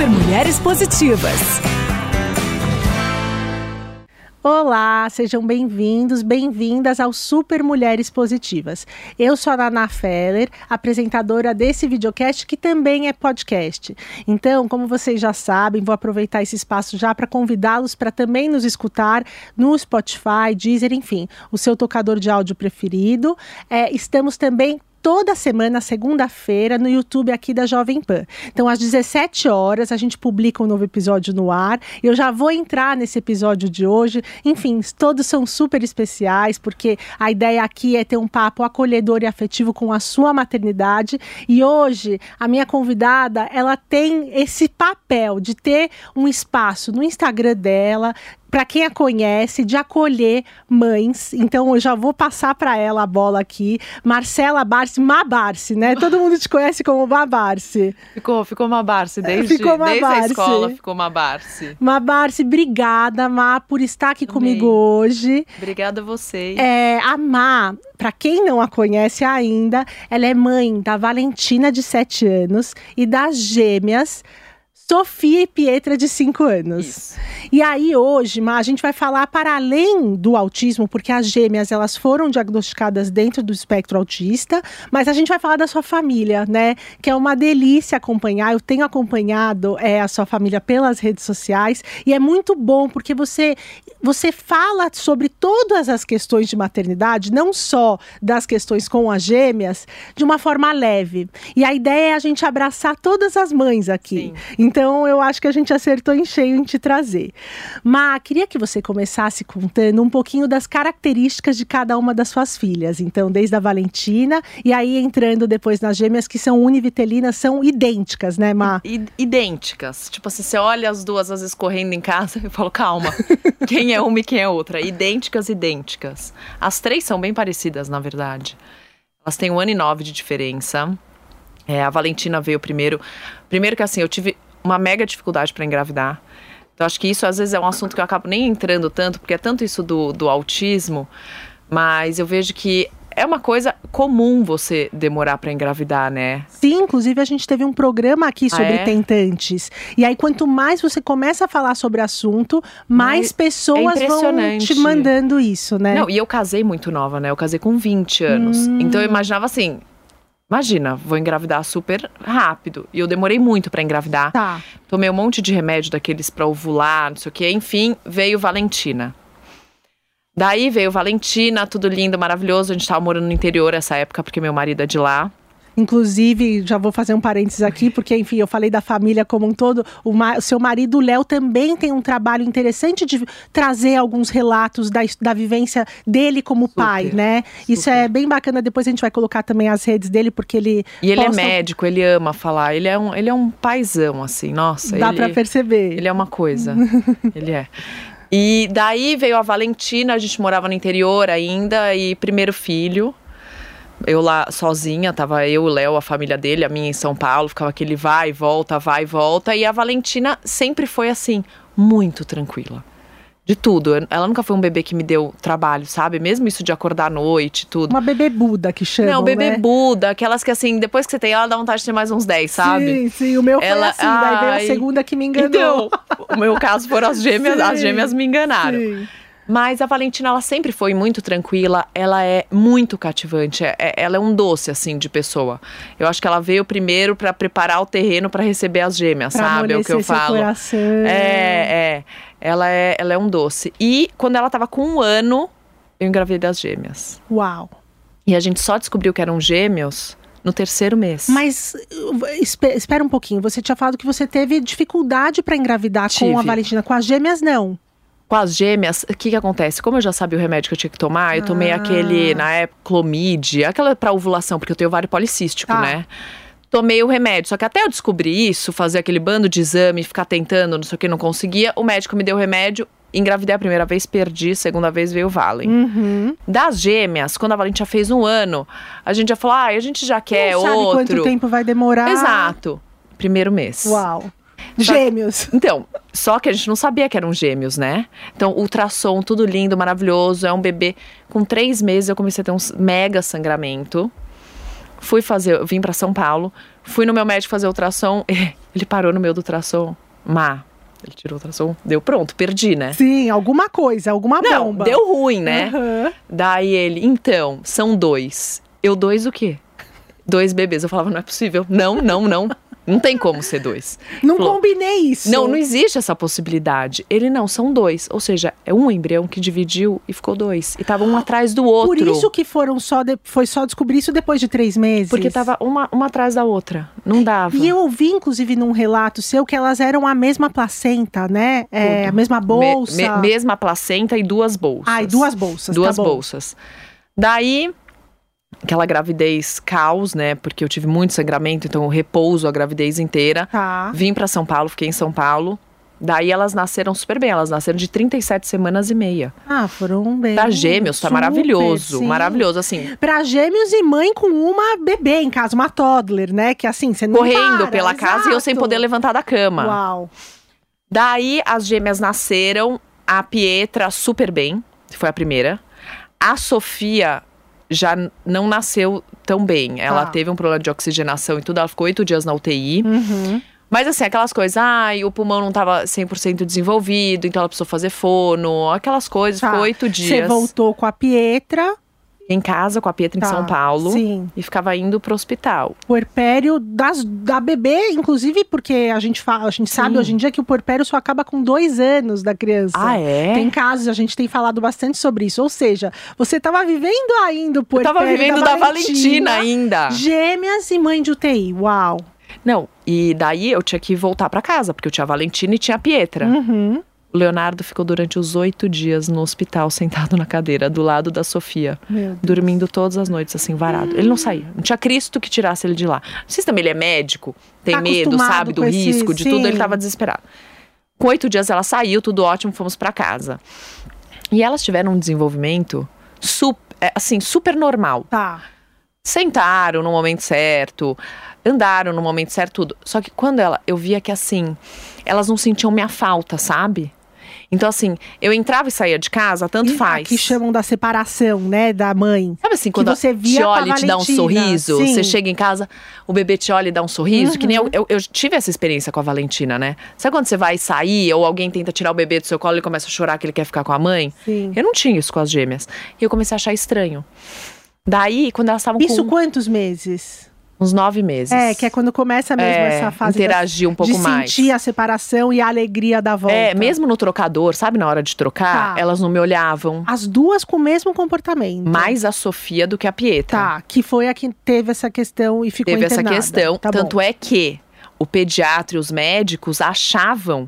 Super Mulheres Positivas. Olá, sejam bem-vindos, bem-vindas ao Super Mulheres Positivas. Eu sou a Naná Feller, apresentadora desse videocast que também é podcast. Então, como vocês já sabem, vou aproveitar esse espaço já para convidá-los para também nos escutar no Spotify, Deezer, enfim, o seu tocador de áudio preferido. Estamos também toda semana, segunda-feira, no YouTube aqui da Jovem Pan. Então, às 17 horas, a gente publica um novo episódio no ar. Eu já vou entrar nesse episódio de hoje. Enfim, todos são super especiais, porque a ideia aqui é ter um papo acolhedor e afetivo com a sua maternidade. E hoje, a minha convidada, ela tem esse papel de ter um espaço no Instagram dela, para quem a conhece, de acolher mães. Então, eu já vou passar para ela a bola aqui. Marcela Barsi, Mabarsi, né? Todo mundo te conhece como Mabarsi. Ficou Mabarsi, desde a escola ficou Mabarsi. Mabarsi, obrigada, Má, por estar aqui comigo hoje. Obrigada a vocês. A Má, para quem não a conhece ainda, ela é mãe da Valentina, de 7 anos, e das gêmeas Sofia e Pietra, de 5 anos. Isso. E aí hoje, Má, a gente vai falar para além do autismo, porque as gêmeas, elas foram diagnosticadas dentro do espectro autista, mas a gente vai falar da sua família, né? Que é uma delícia acompanhar. Eu tenho acompanhado a sua família pelas redes sociais e é muito bom, porque você fala sobre todas as questões de maternidade, não só das questões com as gêmeas, de uma forma leve. E a ideia é a gente abraçar todas as mães aqui. Sim. Então, eu acho que a gente acertou em cheio em te trazer. Má, queria que você começasse contando um pouquinho das características de cada uma das suas filhas. Então, desde a Valentina e aí entrando depois nas gêmeas, que são univitelinas, são idênticas, né, Má? Idênticas. Tipo assim, você olha as duas às vezes correndo em casa e fala, calma, quem é uma e quem é outra? Idênticas. As 3 são bem parecidas, na verdade. Elas têm 1 ano e 9 de diferença. A Valentina veio primeiro. Primeiro que assim, eu tive uma mega dificuldade para engravidar. Então, acho que isso às vezes é um assunto que eu acabo nem entrando tanto, porque é tanto isso do autismo, mas eu vejo que é uma coisa comum você demorar para engravidar, né? Sim, inclusive a gente teve um programa aqui sobre tentantes. E aí, quanto mais você começa a falar sobre o assunto, mais pessoas vão te mandando isso, né? Não, e eu casei muito nova, né? Eu casei com 20 anos. Então, eu imaginava assim... Imagina, vou engravidar super rápido. E eu demorei muito pra engravidar. Tá. Tomei um monte de remédio daqueles pra ovular, não sei o quê. Enfim, veio Valentina. Daí veio Valentina, tudo lindo, maravilhoso. A gente tava morando no interior essa época, porque meu marido é de lá. Inclusive, já vou fazer um parênteses aqui, porque, enfim, eu falei da família como um todo. O seu marido, Léo, também tem um trabalho interessante de trazer alguns relatos da vivência dele como pai, né? Super. Isso é bem bacana. Depois a gente vai colocar também as redes dele, porque ele... E ele é médico, ele ama falar. Ele é um paizão, assim, nossa. Dá pra perceber. Ele é uma coisa. Ele é. E daí veio a Valentina, a gente morava no interior ainda, e primeiro filho. Eu lá sozinha, tava eu, o Léo, a família dele, a minha em São Paulo, ficava aquele vai e volta. E a Valentina sempre foi assim, muito tranquila. De tudo. Ela nunca foi um bebê que me deu trabalho, sabe? Mesmo isso de acordar à noite, tudo. Uma bebê Buda que chama, não, bebê Buda, aquelas que assim, depois que você tem ela, dá vontade de ter mais uns 10, sabe? Sim, o meu foi assim, daí veio a segunda que me enganou. Então, o meu caso foram as gêmeas, as gêmeas me enganaram. Sim. Mas a Valentina, ela sempre foi muito tranquila, ela é muito cativante, ela é um doce, assim, de pessoa. Eu acho que ela veio primeiro pra preparar o terreno pra receber as gêmeas, pra sabe? É o que eu falo. Coração. Ela é um doce. E quando ela tava com 1 ano, eu engravidei das gêmeas. Uau! E a gente só descobriu que eram gêmeos no 3º mês. Mas, espera um pouquinho, você tinha falado que você teve dificuldade pra engravidar com a Valentina, com as gêmeas não. Com as gêmeas, o que acontece? Como eu já sabia o remédio que eu tinha que tomar, eu tomei aquele, na época, Clomid, aquela pra ovulação, porque eu tenho ovário policístico, né? Tomei o remédio, só que até eu descobrir isso, fazer aquele bando de exame, ficar tentando, não sei o que, não conseguia. O médico me deu o remédio, engravidei a primeira vez, perdi, segunda vez veio o Valen. Das gêmeas, quando a Valentina fez 1 ano, a gente já falou, a gente já quer outro. Não sabe quanto tempo vai demorar. Exato, 1º mês. Uau. Gêmeos. Então, só que a gente não sabia que eram gêmeos, né? Então, ultrassom, tudo lindo, maravilhoso. É um bebê. Com 3 meses, eu comecei a ter um mega sangramento. Vim pra São Paulo. Fui no meu médico fazer ultrassom, ele parou no meio do ultrassom. Ele tirou o ultrassom, deu pronto, perdi, né? Sim, alguma coisa, alguma bomba. Não, deu ruim, né? Uhum. Daí ele, então, são 2. Eu 2 o quê? 2 bebês. Eu falava, não é possível. Não. Não tem como ser 2. Não combinei isso. Não existe essa possibilidade. Ele, não, são 2. Ou seja, é um embrião que dividiu e ficou 2. E tava um atrás do outro. Por isso que foi só descobrir isso depois de 3 meses? Porque tava uma atrás da outra. Não dava. E eu ouvi, inclusive, num relato seu, que elas eram a mesma placenta, né? A mesma bolsa. Mesma placenta e 2 bolsas. E 2 bolsas. 2 bolsas. Daí... Aquela gravidez caos, né? Porque eu tive muito sangramento, então eu repouso a gravidez inteira. Tá. Vim pra São Paulo, fiquei em São Paulo. Daí elas nasceram super bem, elas nasceram de 37 semanas e meia. Foram bem. Pra gêmeos, tá maravilhoso, sim. Maravilhoso, assim. Pra gêmeos e mãe com uma bebê em casa, uma toddler, né? Que assim, você não correndo pela casa e eu sem poder levantar da cama. Uau. Daí as gêmeas nasceram, a Pietra super bem, foi a primeira. A Sofia... já não nasceu tão bem. Ela teve um problema de oxigenação e tudo. Ela ficou 8 dias na UTI. Uhum. Mas assim, aquelas coisas... o pulmão não estava 100% desenvolvido, então ela precisou fazer fono. Aquelas coisas, ficou 8 dias. Você voltou com a Pietra... em casa com a Pietra em São Paulo. Sim. E ficava indo pro hospital. Puerpério da bebê, inclusive, porque a gente sabe hoje em dia que o puerpério só acaba com 2 anos da criança. É? Tem casos, a gente tem falado bastante sobre isso. Ou seja, você tava vivendo ainda o puerpério. Eu tava vivendo da Valentina ainda. Gêmeas e mãe de UTI. Uau. Não, e daí eu tinha que voltar pra casa, porque eu tinha a Valentina e tinha a Pietra. Uhum. O Leonardo ficou durante os 8 dias no hospital, sentado na cadeira, do lado da Sofia. Dormindo todas as noites, assim, varado. Ele não saía. Não tinha Cristo que tirasse ele de lá. Não sei se também ele é médico, tem medo, sabe, do risco, de tudo. Ele tava desesperado. Com 8 dias ela saiu, tudo ótimo, fomos pra casa. E elas tiveram um desenvolvimento super normal. Tá. Sentaram no momento certo, andaram no momento certo, tudo. Só que quando eu via que assim, elas não sentiam minha falta, sabe? Então, assim, eu entrava e saía de casa, tanto faz. Que chamam da separação, né, da mãe. Sabe assim, quando você te olha e te dá um sorriso, sim. Você chega em casa, o bebê te olha e dá um sorriso, que nem eu tive essa experiência com a Valentina, né? Sabe quando você vai sair, ou alguém tenta tirar o bebê do seu colo e ele começa a chorar que ele quer ficar com a mãe? Sim. Eu não tinha isso com as gêmeas. E eu comecei a achar estranho. Daí, quando elas estavam com... Isso quantos meses? Uns 9 meses. Que é quando começa mesmo essa fase interagir um pouco mais. De sentir a separação e a alegria da volta. Mesmo no trocador, sabe, na hora de trocar, elas não me olhavam. As duas com o mesmo comportamento. Mais a Sofia do que a Pietra. Tá, que foi a que teve essa questão e ficou internada. Teve essa questão, tanto é que o pediatra e os médicos achavam...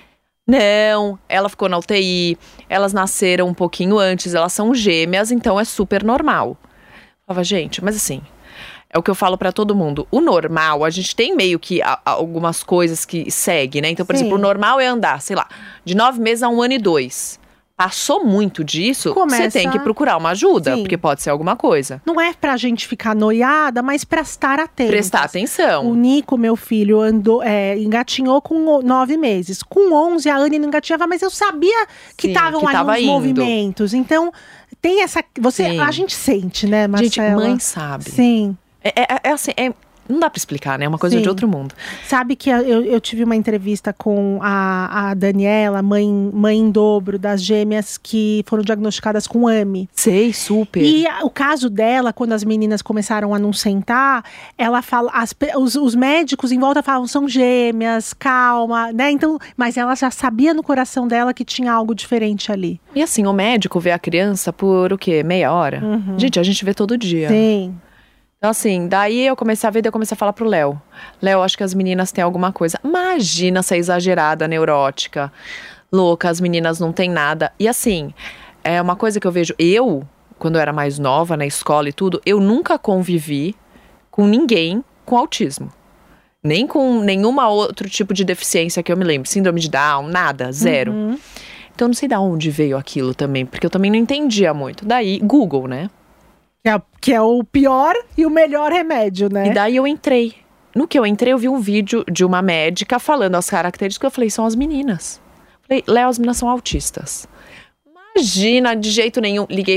Não, ela ficou na UTI, elas nasceram um pouquinho antes, elas são gêmeas, então é super normal. Eu falava, gente, mas assim... É o que eu falo pra todo mundo. O normal, a gente tem meio que algumas coisas que segue, né? Então, por exemplo, o normal é andar, sei lá, de 9 meses a 1 ano e 2. Passou muito disso, você tem que procurar uma ajuda, porque pode ser alguma coisa. Não é pra gente ficar noiada, mas prestar atenção. Prestar atenção. O Nico, meu filho, engatinhou com 9 meses. Com 11, a Anne não engatinhava, mas eu sabia que estavam ali os movimentos. Então, tem essa... A gente sente, né, Marcela? Gente, mãe sabe. Sim. Assim, não dá pra explicar, né? É uma coisa de outro mundo. Sabe que eu tive uma entrevista com a Daniela, mãe em dobro das gêmeas que foram diagnosticadas com AME. Sei, super. E o caso dela, quando as meninas começaram a não sentar, ela fala, os médicos em volta falavam, são gêmeas, calma, né? Então, mas ela já sabia no coração dela que tinha algo diferente ali. E assim, o médico vê a criança por o quê? Meia hora? Gente, a gente vê todo dia. Sim. Então assim, daí eu comecei a ver, daí eu comecei a falar pro Léo. Léo, acho que as meninas têm alguma coisa. Imagina ser exagerada, neurótica, louca, as meninas não têm nada. E assim, é uma coisa que eu vejo, quando eu era mais nova, na escola e tudo, eu nunca convivi com ninguém com autismo. Nem com nenhuma outro tipo de deficiência que eu me lembro. Síndrome de Down, nada, zero. Então eu não sei de onde veio aquilo também, porque eu também não entendia muito. Daí, Google, né? Que é o pior e o melhor remédio, né? E daí eu entrei. No que eu entrei, eu vi um vídeo de uma médica falando as características. Eu falei, são as meninas. Falei, Léo, as meninas são autistas. Imagina, de jeito nenhum. Liguei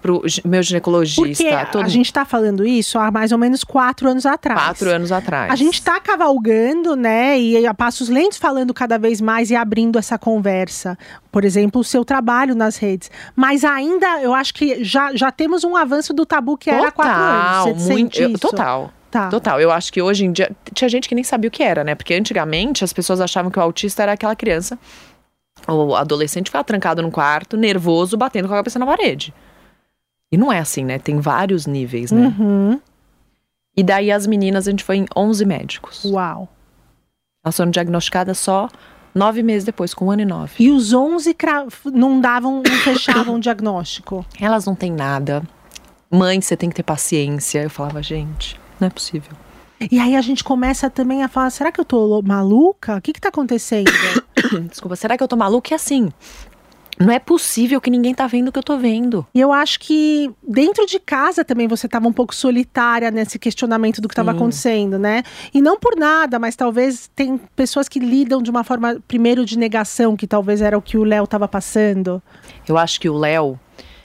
pro meu ginecologista. Porque a gente tá falando isso há mais ou menos 4 anos atrás. 4 anos atrás. A gente tá cavalgando, né, e a passos lentos falando cada vez mais e abrindo essa conversa. Por exemplo, o seu trabalho nas redes. Mas ainda, eu acho que já temos um avanço do tabu que era há 4 anos. Você sente isso? Total. Tá. Total. Eu acho que hoje em dia, tinha gente que nem sabia o que era, né? Porque antigamente as pessoas achavam que o autista era aquela criança, o adolescente ficava trancado num quarto, nervoso, batendo com a cabeça na parede. E não é assim, né? Tem vários níveis, né? Uhum. E daí as meninas, a gente foi em 11 médicos. Uau. Elas foram diagnosticadas só 9 meses depois, com 1 ano e 9. E os 11 não fechavam o diagnóstico? Elas não têm nada. Mãe, você tem que ter paciência. Eu falava, gente, não é possível. E aí a gente começa também a falar, será que eu tô maluca? O que tá acontecendo? Desculpa, será que eu tô maluca? E assim, não é possível que ninguém tá vendo o que eu tô vendo. E eu acho que dentro de casa também você estava um pouco solitária nesse questionamento do que estava acontecendo, né? E não por nada, mas talvez tem pessoas que lidam de uma forma, primeiro, de negação, que talvez era o que o Léo estava passando. Eu acho que o Léo,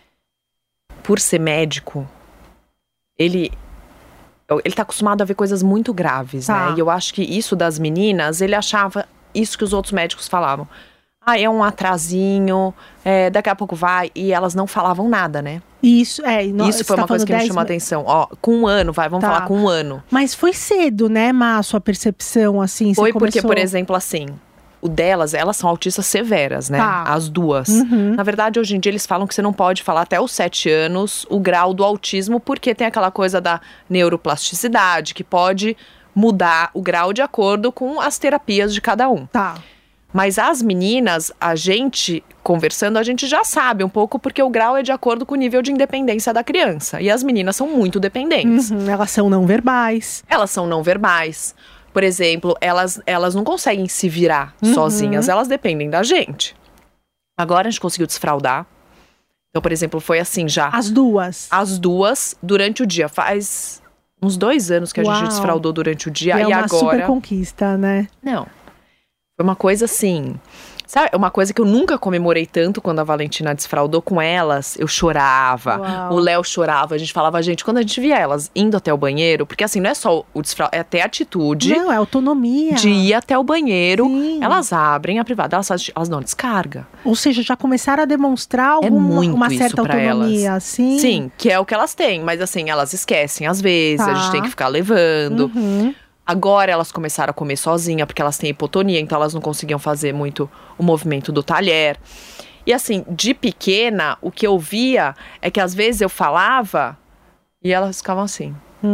por ser médico, ele tá acostumado a ver coisas muito graves, né? E eu acho que isso das meninas, ele achava isso que os outros médicos falavam. É um atrasinho, daqui a pouco vai. E elas não falavam nada, né? Isso foi uma coisa que me chamou a atenção. Com 1 ano, vamos falar com 1 ano. Mas foi cedo, né, Má, a sua percepção, assim? Foi porque, por exemplo, assim, o delas, elas são autistas severas, né? As duas. Uhum. Na verdade, hoje em dia, eles falam que você não pode falar até os 7 anos o grau do autismo, porque tem aquela coisa da neuroplasticidade, que pode mudar o grau de acordo com as terapias de cada um. Mas as meninas, a gente conversando, a gente já sabe um pouco, porque o grau é de acordo com o nível de independência da criança. E as meninas são muito dependentes. Elas são não verbais. Elas são não verbais. Por exemplo, elas não conseguem se virar sozinhas, elas dependem da gente. Agora a gente conseguiu desfraldar. Então, por exemplo, foi assim já. As duas? As duas, durante o dia. Faz uns 2 anos que a gente desfraldou durante o dia. E é uma agora... super conquista, né? Não. Foi uma coisa assim... Sabe, uma coisa que eu nunca comemorei tanto quando a Valentina desfraldou com elas, eu chorava, o Léo chorava, a gente falava, gente, quando a gente via elas indo até o banheiro, porque assim, não é só o desfraldo, é até a atitude. Não, é autonomia. De ir até o banheiro, Sim. Elas abrem a privada, elas dão descarga. Ou seja, já começaram a demonstrar uma certa autonomia, elas. Assim? Sim, que é o que elas têm, mas assim, elas esquecem às vezes, a gente tem que ficar levando. Agora elas começaram a comer sozinha, porque elas têm hipotonia, então elas não conseguiam fazer muito o movimento do talher. E assim, de pequena, o que eu via é que às vezes eu falava e elas ficavam assim.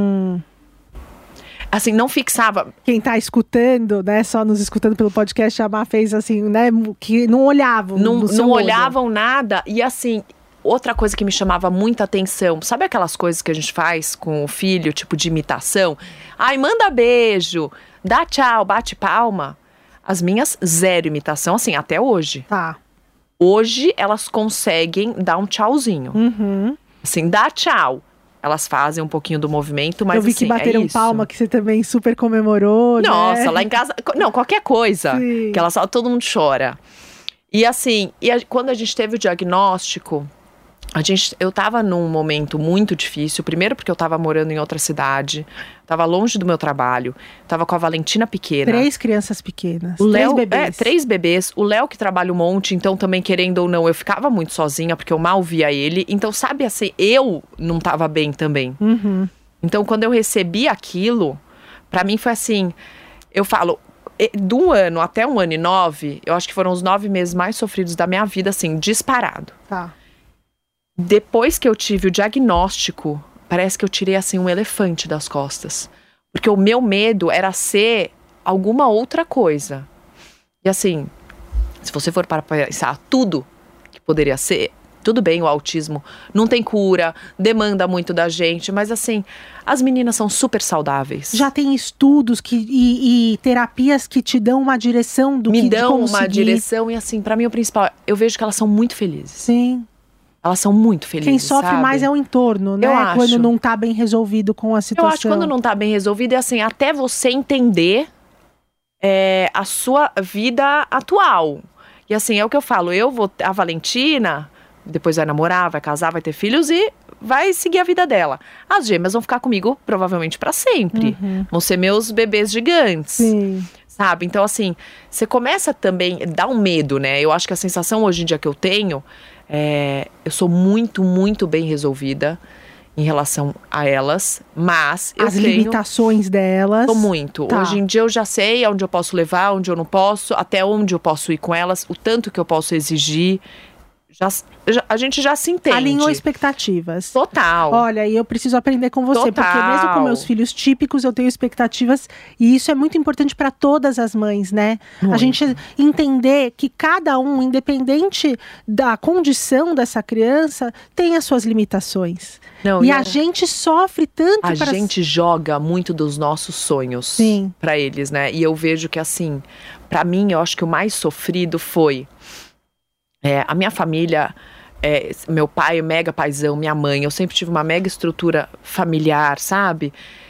Assim, não fixava. Quem tá escutando, né, só nos escutando pelo podcast, a Má fez assim, né, que não olhavam. Não olhavam nada e assim... Outra coisa que me chamava muita atenção, sabe aquelas coisas que a gente faz com o filho, tipo de imitação? Ai, manda beijo, dá tchau, bate palma. As minhas, zero imitação, assim, até hoje. Hoje, elas conseguem dar um tchauzinho. Assim, dá tchau. Elas fazem um pouquinho do movimento, mas assim, eu vi que bateram palma, que você também super comemorou, Nossa, né? Lá em casa, não, qualquer coisa. Sim. Que elas falam, todo mundo chora. E assim, quando a gente teve o diagnóstico... Eu tava num momento muito difícil, primeiro porque eu tava morando em outra cidade, tava longe do meu trabalho, tava com a Valentina pequena. 3 crianças pequenas, o Léo, 3 bebês. 3 bebês, o Léo que trabalha um monte, então também querendo ou não, eu ficava muito sozinha, porque eu mal via ele, então sabe assim, eu não tava bem também. Então quando eu recebi aquilo, pra mim foi assim, eu falo... Do 1 ano até 1 ano e 9, eu acho que foram os 9 meses mais sofridos da minha vida, assim, disparado. Depois que eu tive o diagnóstico, parece que eu tirei, assim, um elefante das costas. Porque o meu medo era ser alguma outra coisa. E assim, se você for para pensar tudo que poderia ser, tudo bem, o autismo não tem cura, demanda muito da gente, mas assim, as meninas são super saudáveis. Já tem estudos e terapias que te dão uma direção do que Me dão de uma direção e assim, pra mim o principal, eu vejo que elas são muito felizes. Sim. Elas são muito felizes, Quem sofre sabe? mais é o entorno, né? Eu acho. Quando não tá bem resolvido com a situação. Eu acho que quando não tá bem resolvido, é assim, até você entender a sua vida atual. E assim, é o que eu falo, a Valentina, depois vai namorar, vai casar, vai ter filhos e vai seguir a vida dela. As gêmeas vão ficar comigo provavelmente pra sempre. Vão ser meus bebês gigantes. Sim. Sabe? Então, assim, você começa também, dá um medo, né? Eu acho que a sensação hoje em dia que eu tenho eu sou muito, muito bem resolvida em relação a elas, mas eu As limitações delas. Tô muito. Tá. Hoje em dia eu já sei onde eu posso levar, onde eu não posso, até onde eu posso ir com elas, o tanto que eu posso exigir. A gente já se entende. Alinhou expectativas. Total. Olha, e eu preciso aprender com você, Total. porque mesmo com meus filhos típicos, eu tenho expectativas, e isso é muito importante para todas as mães, né? Muito. A gente entender que cada um, independente da condição dessa criança, tem as suas limitações. Não, e a gente sofre tanto A para... gente joga muito dos nossos sonhos Sim. pra eles, né? E eu vejo que, assim, pra mim, eu acho que o mais sofrido foi a minha família, meu pai, mega paizão, minha mãe. Eu sempre tive uma mega estrutura familiar, sabe?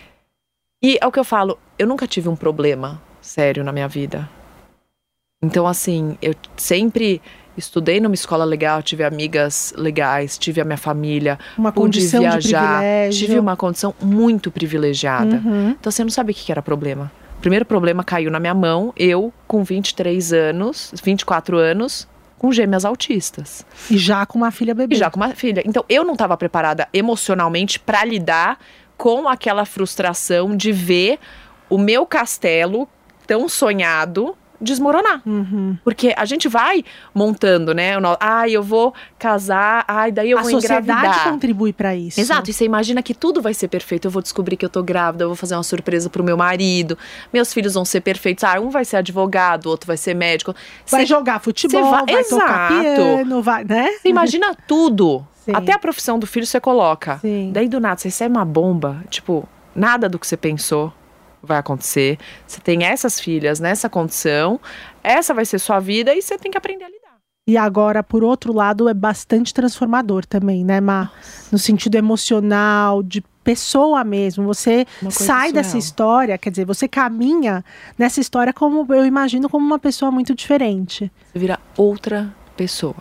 E é o que eu falo, eu nunca tive um problema sério na minha vida. Então, assim, eu sempre estudei numa escola legal, tive amigas legais, tive a minha família, uma pude condição viajar, de privilégio. tive uma condição muito privilegiada. Então, você não sabe o que era problema. O primeiro problema caiu na minha mão, eu com 23 anos, 24 anos, com gêmeas autistas. E já com uma filha bebê. E já com uma filha. Então, eu não estava preparada emocionalmente para lidar com aquela frustração de ver o meu castelo tão sonhado desmoronar. Porque a gente vai montando, né? Eu vou casar, daí eu vou engravidar. A sociedade contribui para isso. Exato, e você imagina que tudo vai ser perfeito. Eu vou descobrir que eu tô grávida, eu vou fazer uma surpresa pro meu marido, meus filhos vão ser perfeitos. Um vai ser advogado, o outro vai ser médico. Vai jogar futebol, vai tocar piano, vai, né? Você imagina tudo. Sim. Até a profissão do filho você coloca. Sim. Daí do nada, você recebe uma bomba, tipo, nada do que você pensou vai acontecer. Você tem essas filhas nessa condição, essa vai ser sua vida e você tem que aprender a lidar. E agora, por outro lado, é bastante transformador também, né, Má? No sentido emocional, de pessoa mesmo. Você sai dessa história, quer dizer, você caminha nessa história como, eu imagino, como uma pessoa muito diferente. Você vira outra pessoa.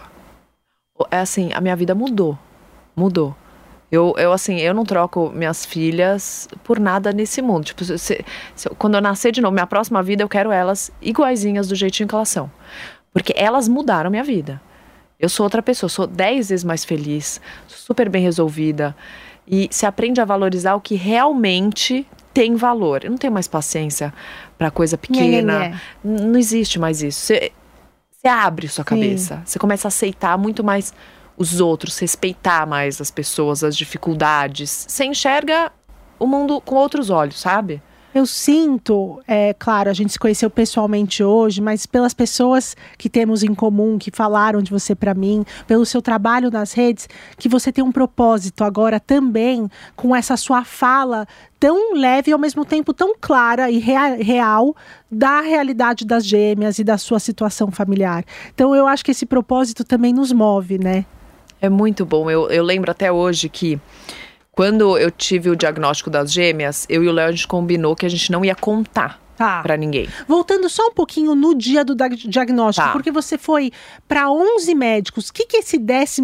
É assim, a minha vida mudou. Mudou. Eu não troco minhas filhas por nada nesse mundo. Tipo, quando eu nascer de novo, minha próxima vida, eu quero elas iguaizinhas do jeitinho que elas são. Porque elas mudaram minha vida. Eu sou outra pessoa, sou 10 vezes mais feliz, sou super bem resolvida. E você aprende a valorizar o que realmente tem valor. Eu não tenho mais paciência pra coisa pequena. Não existe mais isso. Você abre sua cabeça. Você começa a aceitar muito mais os outros, respeitar mais as pessoas, as dificuldades. Você enxerga o mundo com outros olhos, sabe? Eu sinto, claro, a gente se conheceu pessoalmente hoje, mas pelas pessoas que temos em comum, que falaram de você pra mim, pelo seu trabalho nas redes, que você tem um propósito agora também com essa sua fala tão leve e ao mesmo tempo tão clara e real da realidade das gêmeas e da sua situação familiar. Então eu acho que esse propósito também nos move, né? É muito bom. Eu lembro até hoje que quando eu tive o diagnóstico das gêmeas, eu e o Léo, a gente combinou que a gente não ia contar pra ninguém. Voltando só um pouquinho no dia do diagnóstico, porque você foi para 11 médicos. O que esse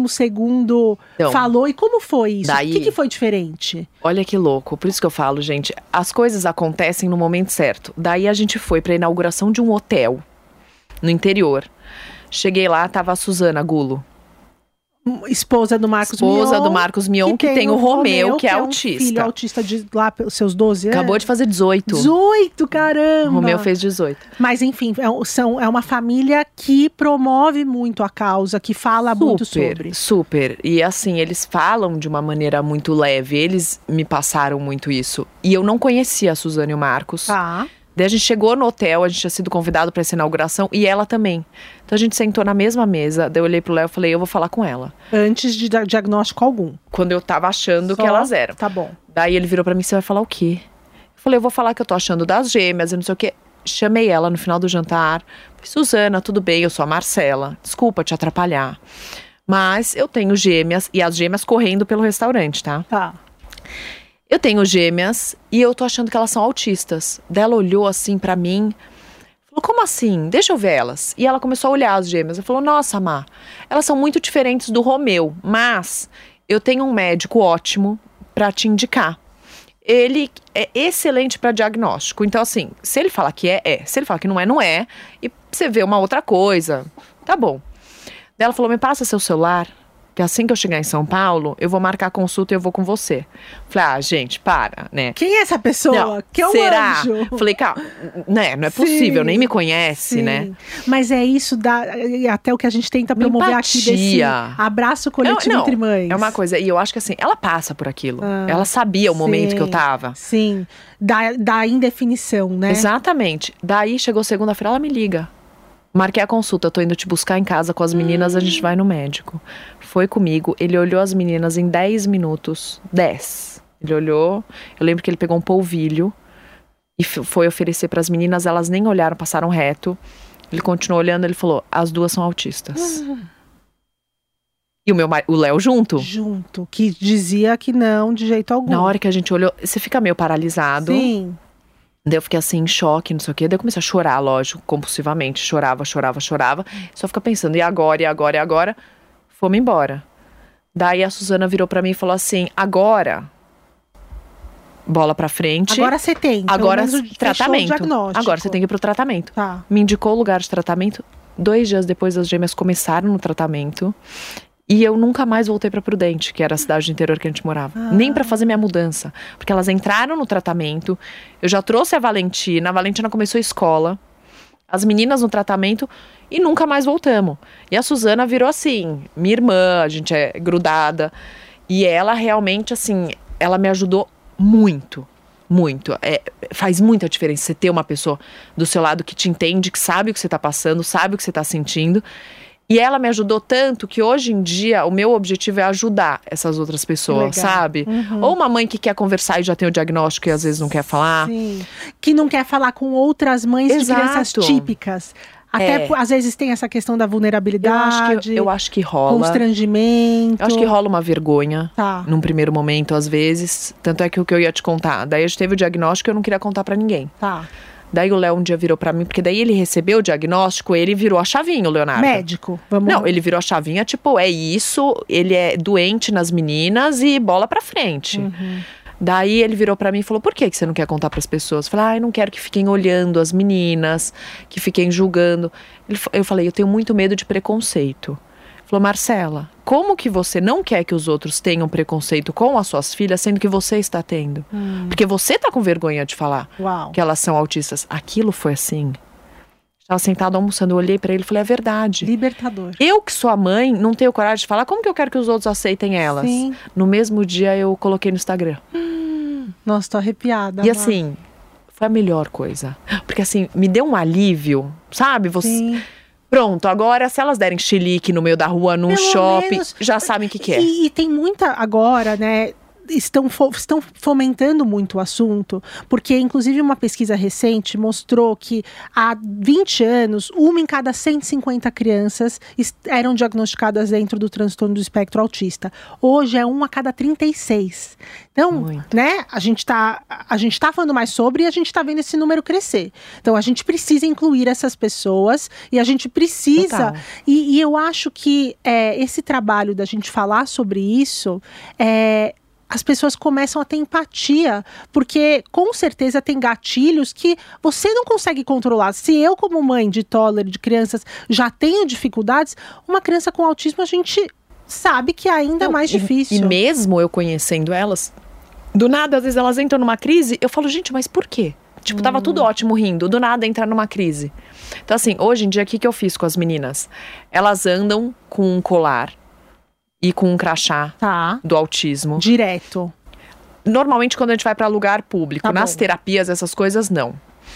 12º falou e como foi isso? Daí, o que foi diferente? Olha que louco. Por isso que eu falo, gente, as coisas acontecem no momento certo. Daí a gente foi pra inauguração de um hotel no interior. Cheguei lá, tava a Suzana Gulo. Esposa do Marcos Mion. Esposa do Marcos Mion, que tem o Romeu, que é autista. Um filho autista de lá pelos seus 12 anos. Acabou de fazer 18. 18, caramba! O Romeu fez 18. Mas enfim, é uma família que promove muito a causa, que fala muito sobre. Super. E assim, eles falam de uma maneira muito leve. Eles me passaram muito isso. E eu não conhecia a Suzana e o Marcos. Tá. Daí a gente chegou no hotel, a gente tinha sido convidado para essa inauguração e ela também. Então a gente sentou na mesma mesa, daí eu olhei pro Léo e falei, eu vou falar com ela. Antes de dar diagnóstico algum. Quando eu tava achando que elas eram. Tá bom. Daí ele virou pra mim, você vai falar o quê? Eu falei, eu vou falar que eu tô achando das gêmeas e não sei o quê. Chamei ela no final do jantar. Falei, Suzana, tudo bem, eu sou a Marcela. Desculpa te atrapalhar. Mas eu tenho gêmeas e as gêmeas correndo pelo restaurante, tá? Tá. Eu tenho gêmeas e eu tô achando que elas são autistas. Daí ela olhou assim pra mim, Falou, como assim? Deixa eu ver elas. E ela começou a olhar as gêmeas. Ela falou, nossa, Má, elas são muito diferentes do Romeu, mas eu tenho um médico ótimo pra te indicar. Ele é excelente pra diagnóstico. Então, assim, se ele falar que é. Se ele falar que não é. E você vê uma outra coisa, tá bom. Daí ela falou, me passa seu celular, que assim que eu chegar em São Paulo, eu vou marcar a consulta e eu vou com você. Falei, gente, para, né? Quem é essa pessoa? Não, que é um será? anjo. Falei, calma, né? Não é possível, nem me conhece, sim. né? Mas é isso, até o que a gente tenta promover aqui desse abraço coletivo entre mães. É uma coisa, e eu acho que assim, ela passa por aquilo. Ela sabia o momento que eu tava. Sim, da indefinição, né? Exatamente. Daí, chegou segunda-feira, ela me liga. Marquei a consulta, eu tô indo te buscar em casa com as meninas, a gente vai no médico. Foi comigo, ele olhou as meninas em 10 minutos. 10. Ele olhou, eu lembro que ele pegou um polvilho e foi oferecer pras meninas, elas nem olharam, passaram reto. Ele continuou olhando, ele falou, as duas são autistas. E o Léo junto? Junto, que dizia que não, de jeito algum. Na hora que a gente olhou, você fica meio paralisado. Sim. Daí eu fiquei assim, em choque, não sei o quê. Daí eu comecei a chorar, lógico, compulsivamente. Chorava. Só fica pensando, e agora? Fomos embora. Daí a Suzana virou pra mim e falou assim, agora, bola pra frente. Agora você tem. Agora, tratamento. Agora você tem que ir pro tratamento. Tá. Me indicou o lugar de tratamento. 2 dias depois, as gêmeas começaram no tratamento. E eu nunca mais voltei pra Prudente, que era a cidade do interior que a gente morava. Nem pra fazer minha mudança. Porque elas entraram no tratamento. Eu já trouxe a Valentina começou a escola. As meninas no tratamento e nunca mais voltamos. E a Suzana virou assim, minha irmã, a gente é grudada. E ela realmente, assim, ela me ajudou muito. Muito. Faz muita diferença você ter uma pessoa do seu lado que te entende, que sabe o que você tá passando, sabe o que você tá sentindo. E ela me ajudou tanto que hoje em dia o meu objetivo é ajudar essas outras pessoas, sabe? Ou uma mãe que quer conversar e já tem o diagnóstico e às vezes não quer falar. Sim. Que não quer falar com outras mães de crianças típicas. Até às vezes tem essa questão da vulnerabilidade. Eu acho que rola. Constrangimento. Eu acho que rola uma vergonha. Num primeiro momento, às vezes. Tanto é que o que eu ia te contar. Daí a gente teve o diagnóstico e eu não queria contar pra ninguém. Daí o Léo um dia virou pra mim, porque daí ele recebeu o diagnóstico, ele virou a chavinha, o Leonardo. Médico, vamos. Não, ele virou a chavinha, tipo, é isso, ele é doente nas meninas e bola pra frente. Daí ele virou pra mim e falou, por que você não quer contar pras pessoas? Eu falei, eu não quero que fiquem olhando as meninas, que fiquem julgando. Eu falei, eu tenho muito medo de preconceito. Ele falou, Marcela, como que você não quer que os outros tenham preconceito com as suas filhas, sendo que você está tendo? Porque você tá com vergonha de falar que elas são autistas. Aquilo foi assim. Estava sentado almoçando, eu olhei pra ele e falei, é verdade. Libertador. Eu que sou a mãe, não tenho coragem de falar, como que eu quero que os outros aceitem elas? Sim. No mesmo dia eu coloquei no Instagram. Nossa, tô arrepiada. E assim, foi a melhor coisa. Porque assim, me deu um alívio, sabe? Sim. Pronto, agora se elas derem chilique no meio da rua, num shopping, já sabem o que é. E tem muita agora, né? Estão fomentando muito o assunto, porque inclusive uma pesquisa recente mostrou que há 20 anos, 1 em cada 150 crianças eram diagnosticadas dentro do transtorno do espectro autista. Hoje é 1 a cada 36. Então, né, a gente tá falando mais sobre e a gente tá vendo esse número crescer. Então, a gente precisa incluir essas pessoas e a gente precisa... E eu acho que esse trabalho da gente falar sobre isso as pessoas começam a ter empatia, porque com certeza tem gatilhos que você não consegue controlar. Se eu, como mãe de toddler, de crianças, já tenho dificuldades, uma criança com autismo a gente sabe que é ainda mais difícil. E mesmo eu conhecendo elas, do nada, às vezes elas entram numa crise, eu falo, gente, mas por quê? Tipo, tava tudo ótimo rindo, do nada entrar numa crise. Então assim, hoje em dia, o que eu fiz com as meninas? Elas andam com um colar e com um crachá do autismo. Direto. Normalmente quando a gente vai pra lugar público, nas terapias, essas coisas não.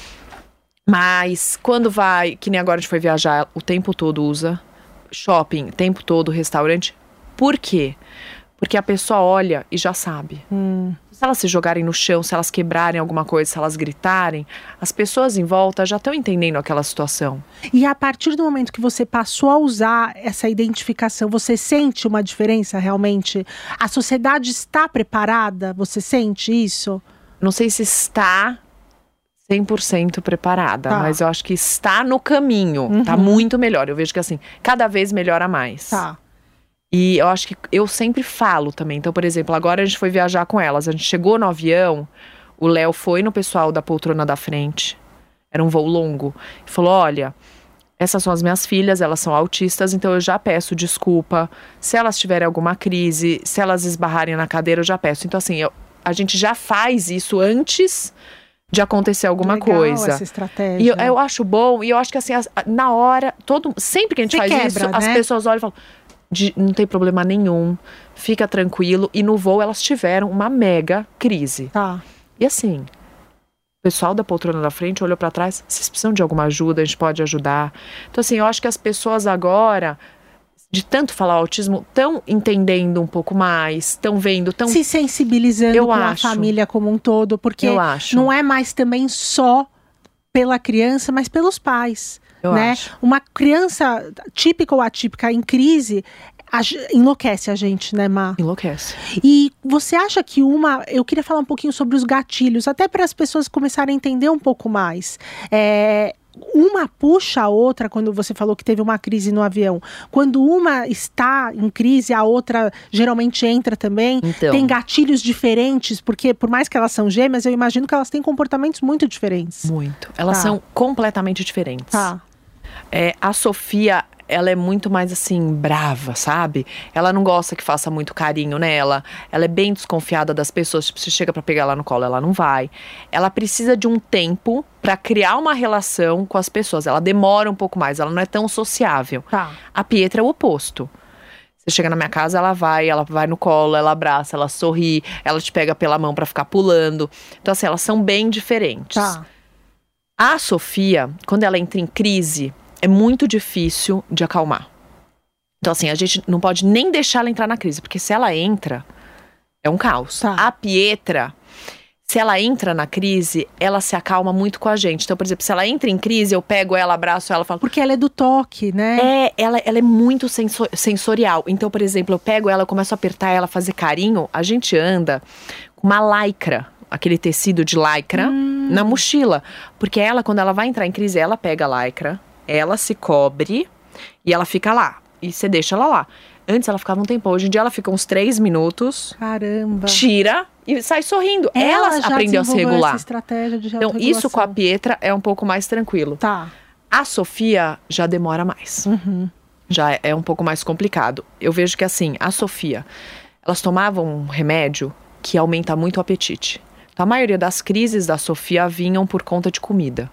Mas quando vai, que nem agora a gente foi viajar, o tempo todo usa. Shopping, o tempo todo, restaurante. Por quê? Porque a pessoa olha e já sabe. Se elas se jogarem no chão, se elas quebrarem alguma coisa, se elas gritarem, as pessoas em volta já estão entendendo aquela situação. E a partir do momento que você passou a usar essa identificação, você sente uma diferença realmente? A sociedade está preparada? Você sente isso? Não sei se está 100% preparada, Tá. mas eu acho que está no caminho, tá muito melhor. Eu vejo que assim, cada vez melhora mais. Tá. E eu acho que eu sempre falo também. Então, por exemplo, agora a gente foi viajar com elas. A gente chegou no avião, o Léo foi no pessoal da poltrona da frente. Era um voo longo. E falou, olha, essas são as minhas filhas, elas são autistas, então eu já peço desculpa. Se elas tiverem alguma crise, se elas esbarrarem na cadeira, eu já peço. Então, assim, a gente já faz isso antes de acontecer alguma Legal coisa. essa estratégia. E eu acho bom, e eu acho que assim, na hora, sempre que a gente Você faz quebra, isso, né? as pessoas olham e falam, não tem problema nenhum, fica tranquilo. E no voo elas tiveram uma mega crise. Tá. E assim, o pessoal da poltrona da frente olhou pra trás, vocês precisam de alguma ajuda, a gente pode ajudar. Então assim, eu acho que as pessoas agora, de tanto falar autismo, estão entendendo um pouco mais, estão vendo, estão... Se sensibilizando Eu com acho. a família como um todo, porque Eu acho. não é mais também só pela criança, mas pelos pais. Eu né? acho. Uma criança típica ou atípica em crise enlouquece a gente, né, Má? Enlouquece. E você acha que eu queria falar um pouquinho sobre os gatilhos, até para as pessoas começarem a entender um pouco mais. Uma puxa a outra, quando você falou que teve uma crise no avião. Quando uma está em crise, a outra geralmente entra também. Então. Tem gatilhos diferentes, porque por mais que elas são gêmeas, eu imagino que elas têm comportamentos muito diferentes. Muito. Elas Tá. são completamente diferentes. Tá. A Sofia, ela é muito mais assim, brava, sabe? Ela não gosta que faça muito carinho nela. Ela é bem desconfiada das pessoas. Tipo, você chega pra pegar ela no colo, ela não vai. Ela precisa de um tempo pra criar uma relação com as pessoas. Ela demora um pouco mais, ela não é tão sociável. Tá. A Pietra é o oposto. Você chega na minha casa, ela vai no colo, ela abraça, ela sorri, ela te pega pela mão pra ficar pulando. Então assim, elas são bem diferentes. Tá. A Sofia, quando ela entra em crise, é muito difícil de acalmar. Então assim, a gente não pode nem deixar ela entrar na crise, porque se ela entra, é um caos. Tá. A Pietra, se ela entra na crise, ela se acalma muito com a gente. Então, por exemplo, se ela entra em crise, eu pego ela, abraço ela, falo... Porque ela é do toque, né? Ela é muito sensorial. Então, por exemplo, eu pego ela, eu começo a apertar ela, fazer carinho. A gente anda com uma lycra, aquele tecido de lycra, na mochila. Porque ela, quando ela vai entrar em crise, ela pega a lycra, ela se cobre e ela fica lá. E você deixa ela lá. Antes ela ficava um tempão. Hoje em dia ela fica uns 3 minutos, Caramba. tira e sai sorrindo. Ela já aprendeu a se desenvolveu regular. essa estratégia de Então, isso com a Pietra é um pouco mais tranquilo. Tá. A Sofia já demora mais. Já é um pouco mais complicado. Eu vejo que assim, a Sofia, elas tomavam um remédio que aumenta muito o apetite. Então, a maioria das crises da Sofia vinham por conta de comida.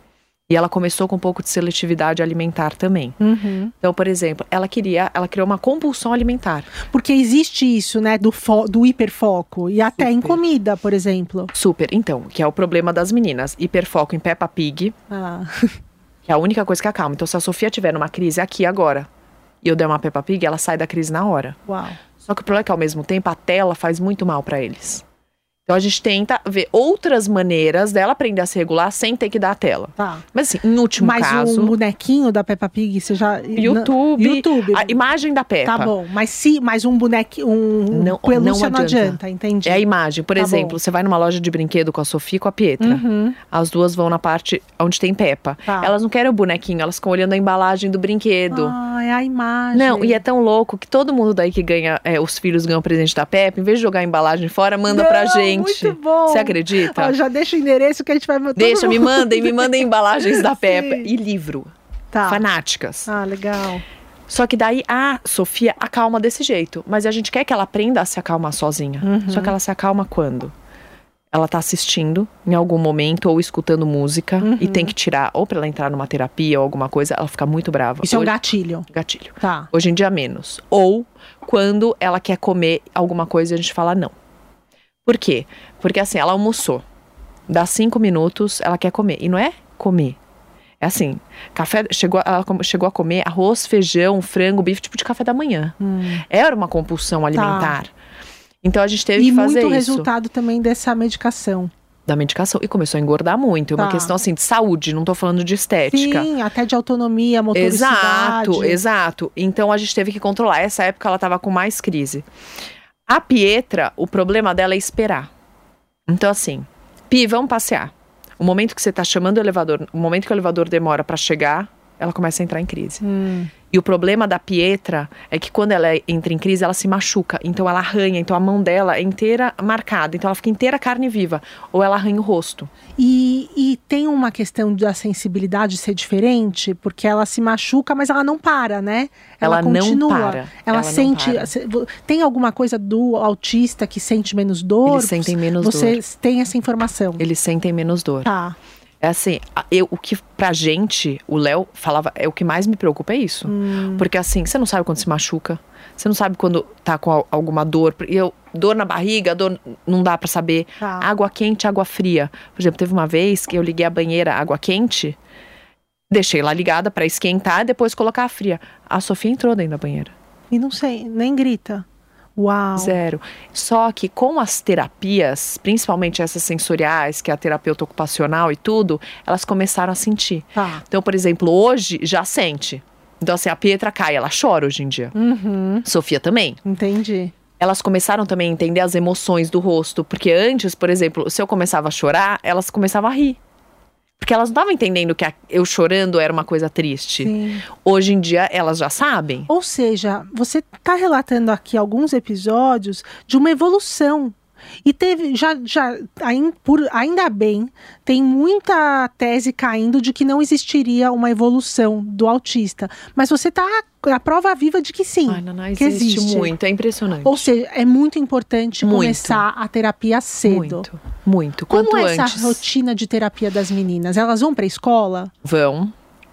E ela começou com um pouco de seletividade alimentar também. Então, por exemplo, ela criou uma compulsão alimentar. Porque existe isso, né, do hiperfoco. E até em Super. comida, por exemplo. Super. Então, que é o problema das meninas. Hiperfoco em Peppa Pig, Ah. que é a única coisa que acalma. Então, se a Sofia tiver numa crise aqui agora, e eu der uma Peppa Pig, ela sai da crise na hora. Uau. Só que o problema é que, ao mesmo tempo, a tela faz muito mal pra eles. Então, a gente tenta ver outras maneiras dela aprender a se regular sem ter que dar a tela. Tá. Mas, assim, em último Mas caso... um bonequinho da Peppa Pig, você já... YouTube, a imagem da Peppa. Tá bom, mas um bonequinho, Não pelúcia não adianta. adianta, entendi. É a imagem. Por Tá exemplo, bom. você vai numa loja de brinquedo com a Sofia e com a Pietra. As duas vão na parte onde tem Peppa. Tá. Elas não querem o bonequinho, elas ficam olhando a embalagem do brinquedo. Ah, é a imagem. Não, e é tão louco que todo mundo daí que ganha, os filhos ganham presente da Peppa, em vez de jogar a embalagem fora, manda pra Não, gente. muito bom. Você acredita? Ó, já deixa o endereço que a gente vai... Deixa, me mandem embalagens da Peppa. Sim. E livro. Tá. Fanáticas. Ah, legal. Só que daí a Sofia acalma desse jeito. Mas a gente quer que ela aprenda a se acalmar sozinha. Só que ela se acalma quando? Ela tá assistindo em algum momento ou escutando música e tem que tirar, ou pra ela entrar numa terapia ou alguma coisa, ela fica muito brava. Isso é um Hoje- gatilho. gatilho. Tá. Hoje em dia menos. Ou quando ela quer comer alguma coisa e a gente fala não. Por quê? Porque assim, ela almoçou. Dá 5 minutos, ela quer comer. E não é comer. É assim, ela chegou a comer arroz, feijão, frango, bife, tipo de café da manhã. Era uma compulsão alimentar. Então a gente teve E que fazer muito isso. resultado também dessa medicação. Da medicação. E começou a engordar muito. É uma Tá. questão assim de saúde, não tô falando de estética. Sim, até de autonomia, motoricidade. Exato. Então a gente teve que controlar. Essa época ela tava com mais crise. A Pietra, o problema dela é esperar. Então assim, Pi, vamos passear. O momento que você tá chamando o elevador, o momento que o elevador demora pra chegar, ela começa a entrar em crise. E o problema da Pietra é que quando ela entra em crise, ela se machuca. Então ela arranha, então a mão dela é inteira marcada. Então ela fica inteira carne viva. Ou ela arranha o rosto. E tem uma questão da sensibilidade ser diferente, porque ela se machuca, mas ela não para, né? Ela continua. não para. Ela sente. Não para. Tem alguma coisa do autista que sente menos dor? Eles sentem menos dor. Você tem essa informação? Eles sentem menos dor. Tá. É assim, o que pra gente, o Léo falava, o que mais me preocupa é isso. Porque assim, você não sabe quando se machuca, você não sabe quando tá com alguma dor. Dor na barriga, dor não dá pra saber. Tá. Água quente, água fria. Por exemplo, teve uma vez que eu liguei a banheira água quente, deixei lá ligada pra esquentar e depois colocar a fria. A Sofia entrou dentro da banheira. E não sei, nem grita. Uau. Zero. Só que com as terapias, principalmente essas sensoriais, que é a terapeuta ocupacional e tudo, elas começaram a sentir. Tá. Então, por exemplo, hoje já sente. Então, assim, a Pietra cai, ela chora hoje em dia. Sofia também. Entendi. Elas começaram também a entender as emoções do rosto. Porque antes, por exemplo, se eu começava a chorar, elas começavam a rir. Porque elas não estavam entendendo que eu chorando era uma coisa triste. Sim. Hoje em dia, elas já sabem. Ou seja, você está relatando aqui alguns episódios de uma evolução. E teve, ainda bem, tem muita tese caindo de que não existiria uma evolução do autista. Mas você está a prova viva de que sim. Ai, Naná, que existe muito, é impressionante. Ou seja, é muito importante Muito. começar a terapia cedo. Muito, muito. Como Quanto é essa antes. rotina de terapia das meninas? Elas vão para a escola? Vão.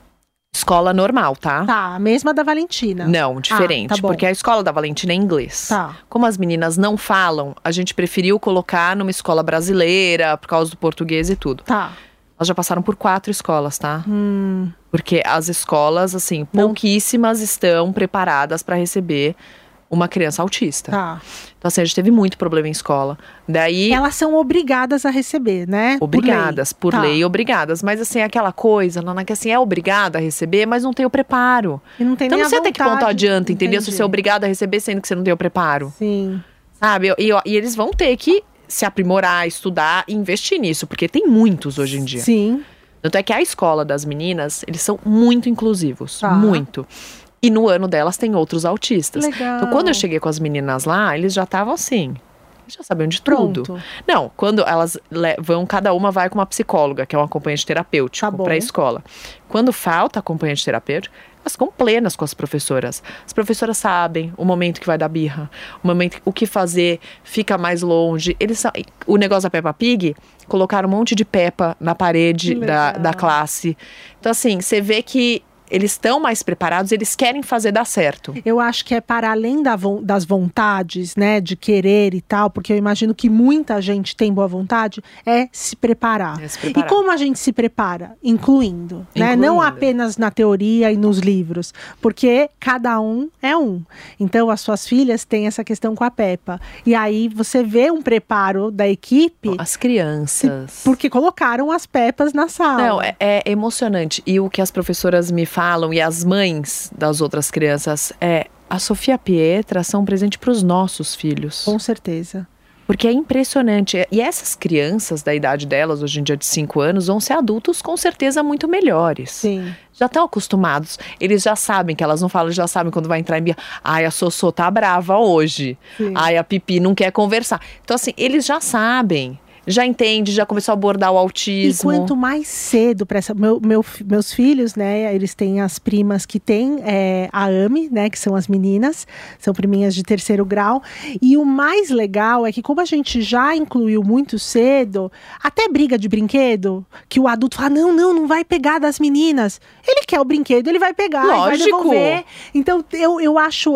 Escola normal, tá? Tá, a mesma da Valentina. Não, diferente. tá bom. Porque a escola da Valentina é inglês. Tá. Como as meninas não falam, a gente preferiu colocar numa escola brasileira, por causa do português e tudo. Tá. Elas já passaram por 4 escolas, tá? Porque as escolas, assim, pouquíssimas estão preparadas para receber uma criança autista. Tá. Então, assim, a gente teve muito problema em escola. Daí... Elas são obrigadas a receber, né? Obrigadas, por Tá. lei, obrigadas. Mas assim, aquela coisa, Nana, que assim, é obrigada a receber, mas não tem o preparo. E não tem Então nem não sei a até que vontade. ponto adianta, entendeu? Se Entendi. você é obrigada a receber, sendo que você não tem o preparo. Sim. Sabe? E eles vão ter que se aprimorar, estudar e investir nisso, porque tem muitos hoje em dia. Sim. Tanto é que a escola das meninas, eles são muito inclusivos. Tá. Muito. E no ano delas tem outros autistas. Legal. Então quando eu cheguei com as meninas lá, eles já estavam assim... Já sabiam de tudo. Pronto. Não, quando elas vão, cada uma vai com uma psicóloga, que é um acompanhante terapêutico, Tá bom. para a escola. Quando falta acompanhante terapêutico, elas ficam plenas com as professoras. As professoras sabem o momento que vai dar birra, o momento, o que fazer, fica mais longe. O negócio da Peppa Pig, colocaram um monte de Peppa na parede da classe. Então, assim, você vê que eles estão mais preparados, eles querem fazer dar certo. Eu acho que é para além das vontades, né, de querer e tal, porque eu imagino que muita gente tem boa vontade, é se preparar. É se preparar. E como a gente se prepara? Incluindo, né? Não Incluindo. apenas na teoria e nos livros, porque cada um é um. Então, as suas filhas têm essa questão com a Peppa. E aí, você vê um preparo da equipe, As crianças... porque colocaram as Peppas na sala. Não, é emocionante. E o que as professoras me falam, e as mães das outras crianças, a Sofia e a Pietra são um presente para os nossos filhos. Com certeza. Porque é impressionante. E essas crianças da idade delas, hoje em dia de 5 anos, vão ser adultos com certeza muito melhores. Sim. Já estão acostumados. Eles já sabem que elas não falam, eles já sabem quando vai entrar em birra. Ai, a Sossô tá brava hoje. Sim. Ai, a Pipi não quer conversar. Então, assim, eles já sabem. Já entende, já começou a abordar o E autismo. quanto mais cedo para meus filhos, né? Eles têm as primas que têm a AME, né? Que são as meninas, são priminhas de 3º grau. E o mais legal é que como a gente já incluiu muito cedo, até briga de brinquedo, que o adulto fala, não vai pegar das meninas. Ele quer o brinquedo, ele vai pegar, e vai Lógico. devolver. Então eu acho,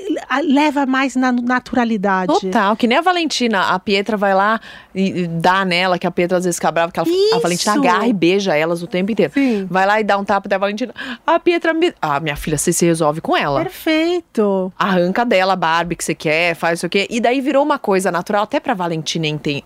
leva mais na naturalidade. Total, que nem a Valentina. A Pietra vai lá e dá nela, que a Pietra às vezes fica brava, que a Valentina Isso. agarra e beija elas o tempo inteiro. Sim. Vai lá e dá um tapa da Valentina. A Pietra minha filha, você se resolve com ela. Perfeito. Arranca dela a Barbie que você quer, faz isso aqui. E daí virou uma coisa natural, até pra Valentina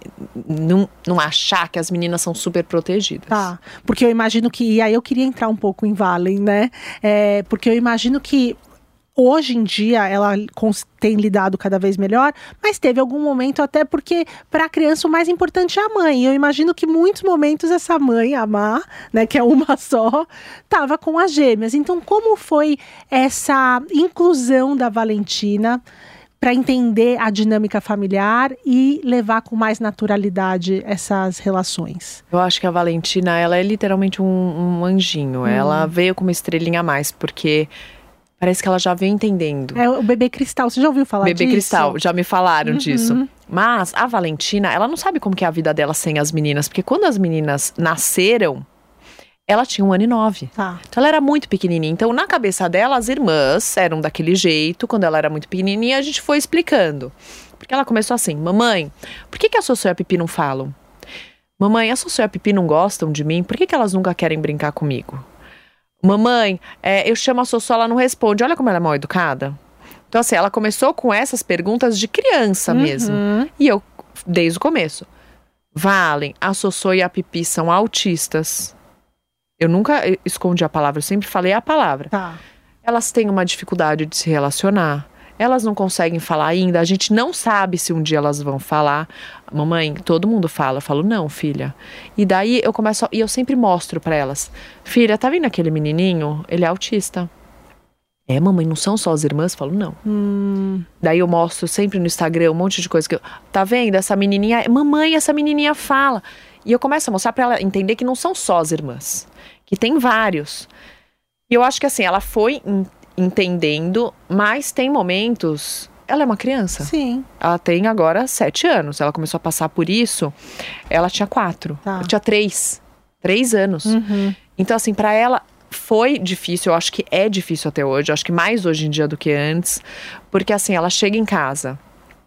não achar que as meninas são super protegidas. Tá, porque eu imagino que, e aí eu queria entrar um pouco em Valen, né? Porque eu imagino que Hoje em dia, ela tem lidado cada vez melhor, mas teve algum momento até porque, para a criança, o mais importante é a mãe. E eu imagino que em muitos momentos essa mãe, a Má, né, que é uma só, estava com as gêmeas. Então, como foi essa inclusão da Valentina para entender a dinâmica familiar e levar com mais naturalidade essas relações? Eu acho que a Valentina, ela é literalmente um anjinho. Ela veio com uma estrelinha a mais, porque parece que ela já veio entendendo. É o bebê cristal, você já ouviu falar disso? Bebê cristal, já me falaram disso. Mas a Valentina, ela não sabe como que é a vida dela sem as meninas. Porque quando as meninas nasceram, ela tinha 1 ano e 9. Tá. Então ela era muito pequenininha. Então na cabeça dela, as irmãs eram daquele jeito. Quando ela era muito pequenininha, a gente foi explicando. Porque ela começou assim: mamãe, por que a Sossô e a Pipi não falam? Mamãe, a Sossô e a Pipi não gostam de mim? Por que elas nunca querem brincar comigo? Mamãe, eu chamo a Sossô, ela não responde. Olha como ela é mal educada. Então assim, ela começou com essas perguntas de criança mesmo. E eu, desde o começo: Valen, a Sossô e a Pipi são autistas. Eu nunca escondi a palavra, eu sempre falei a palavra. Tá. Elas têm uma dificuldade de se relacionar. Elas não conseguem falar ainda. A gente não sabe se um dia elas vão falar. Mamãe, todo mundo fala. Eu falo, não, filha. E daí eu começo, e eu sempre mostro pra elas: filha, tá vendo aquele menininho? Ele é autista. É, mamãe, não são só as irmãs? Eu falo, não. Daí eu mostro sempre no Instagram um monte de coisa que eu, tá vendo? Essa menininha, mamãe, essa menininha fala. E eu começo a mostrar pra ela entender que não são só as irmãs, que tem vários. E eu acho que assim, ela foi entendendo, mas tem momentos... Ela é uma criança. Sim. Ela tem agora 7 anos. Ela começou a passar por isso, ela tinha 4. Tá. Ela tinha 3 anos. Então assim, pra ela foi difícil. Eu acho que é difícil até hoje. Eu acho que mais hoje em dia do que antes. Porque assim, ela chega em casa: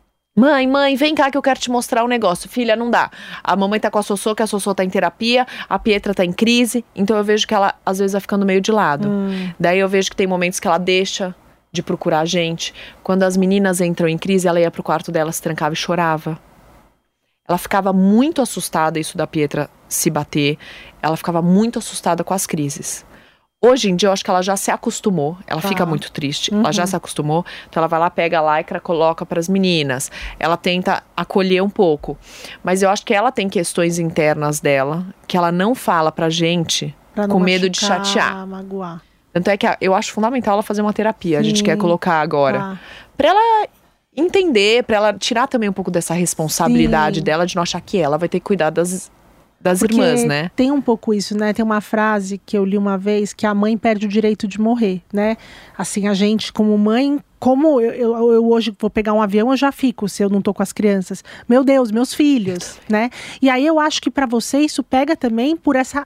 Mãe, vem cá que eu quero te mostrar um negócio. Filha, não dá. A mamãe tá com a Sossô, que a Sossô tá em terapia. A Pietra tá em crise. Então eu vejo que ela, às vezes, vai ficando meio de lado. Daí eu vejo que tem momentos que ela deixa de procurar a gente. Quando as meninas entram em crise, ela ia pro quarto dela, se trancava e chorava. Ela ficava muito assustada, isso da Pietra se bater. Ela ficava muito assustada com as crises. Hoje em dia, eu acho que ela já se acostumou. Ela fica muito triste. Ela já se acostumou. Então, ela vai lá, pega a lycra, coloca para as meninas. Ela tenta acolher um pouco. Mas eu acho que ela tem questões internas dela que ela não fala pra gente com medo de chatear. Magoar. Tanto é que eu acho fundamental ela fazer uma terapia. A gente quer colocar agora. Tá. Pra ela entender, pra ela tirar também um pouco dessa responsabilidade dela de não achar que ela vai ter que cuidar das irmãs, né? Tem um pouco isso, né? Tem uma frase que eu li uma vez, que a mãe perde o direito de morrer, né? Assim, a gente como mãe, como eu hoje vou pegar um avião, eu já fico, se eu não tô com as crianças. Meu Deus, meus filhos, né? E aí eu acho que para você isso pega também por essa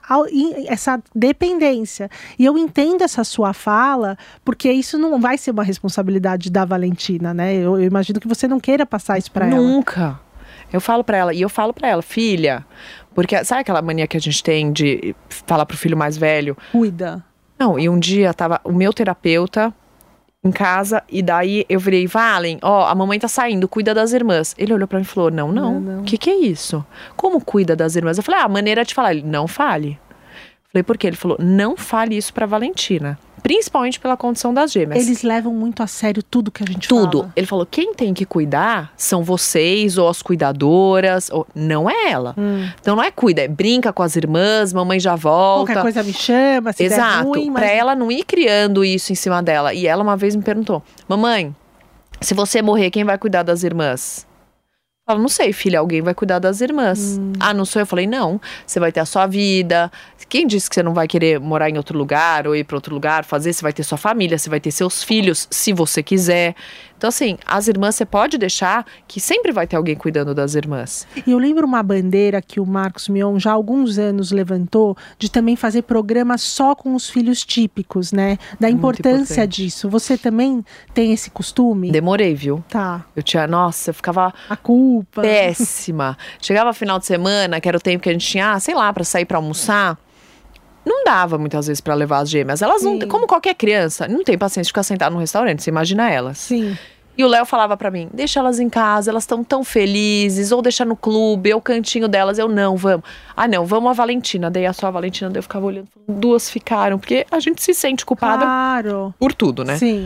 dependência. E eu entendo essa sua fala, porque isso não vai ser uma responsabilidade da Valentina, né? Eu imagino que você não queira passar isso para ela. Nunca. Eu falo pra ela, filha, porque sabe aquela mania que a gente tem de falar pro filho mais velho? Cuida. Não, e um dia tava o meu terapeuta em casa, e daí eu virei: Valen, a mamãe tá saindo, cuida das irmãs. Ele olhou pra mim e falou: não. O que é isso? Como cuida das irmãs? Eu falei: a maneira de falar. Ele: não fale. Falei: por quê? Ele falou: não fale isso pra Valentina. Principalmente pela condição das gêmeas. Eles levam muito a sério tudo que a gente fala. Tudo. Ele falou: quem tem que cuidar são vocês ou as cuidadoras, não é ela. Então não é cuida, é brinca com as irmãs, mamãe já volta. Qualquer coisa me chama, se der ruim. Pra ela não ir criando isso em cima dela. E ela uma vez me perguntou: mamãe, se você morrer, quem vai cuidar das irmãs? Eu falo: não sei, filha, alguém vai cuidar das irmãs. Ah, não sou eu? Eu falei: não, você vai ter a sua vida. Quem disse que você não vai querer morar em outro lugar ou ir para outro lugar, fazer? Você vai ter sua família, você vai ter seus filhos, se você quiser. Então assim, as irmãs você pode deixar que sempre vai ter alguém cuidando das irmãs. E eu lembro uma bandeira que o Marcos Mion já há alguns anos levantou, de também fazer programas só com os filhos típicos, né? Da importância disso. Você também tem esse costume? Demorei, viu? Tá. Eu ficava... A culpa. Péssima. Chegava final de semana, que era o tempo que a gente tinha, sei lá, pra sair pra almoçar. Não dava muitas vezes pra levar as gêmeas. Elas não, como qualquer criança, não tem paciência de ficar sentada num restaurante, você imagina elas. Sim. E o Léo falava pra mim: deixa elas em casa, elas estão tão felizes, ou deixa no clube, ou cantinho delas. Eu: não, vamos. Ah, não, vamos a Valentina. Daí só a Valentina, daí eu ficava olhando, duas ficaram, porque a gente se sente culpada por tudo, né? Sim.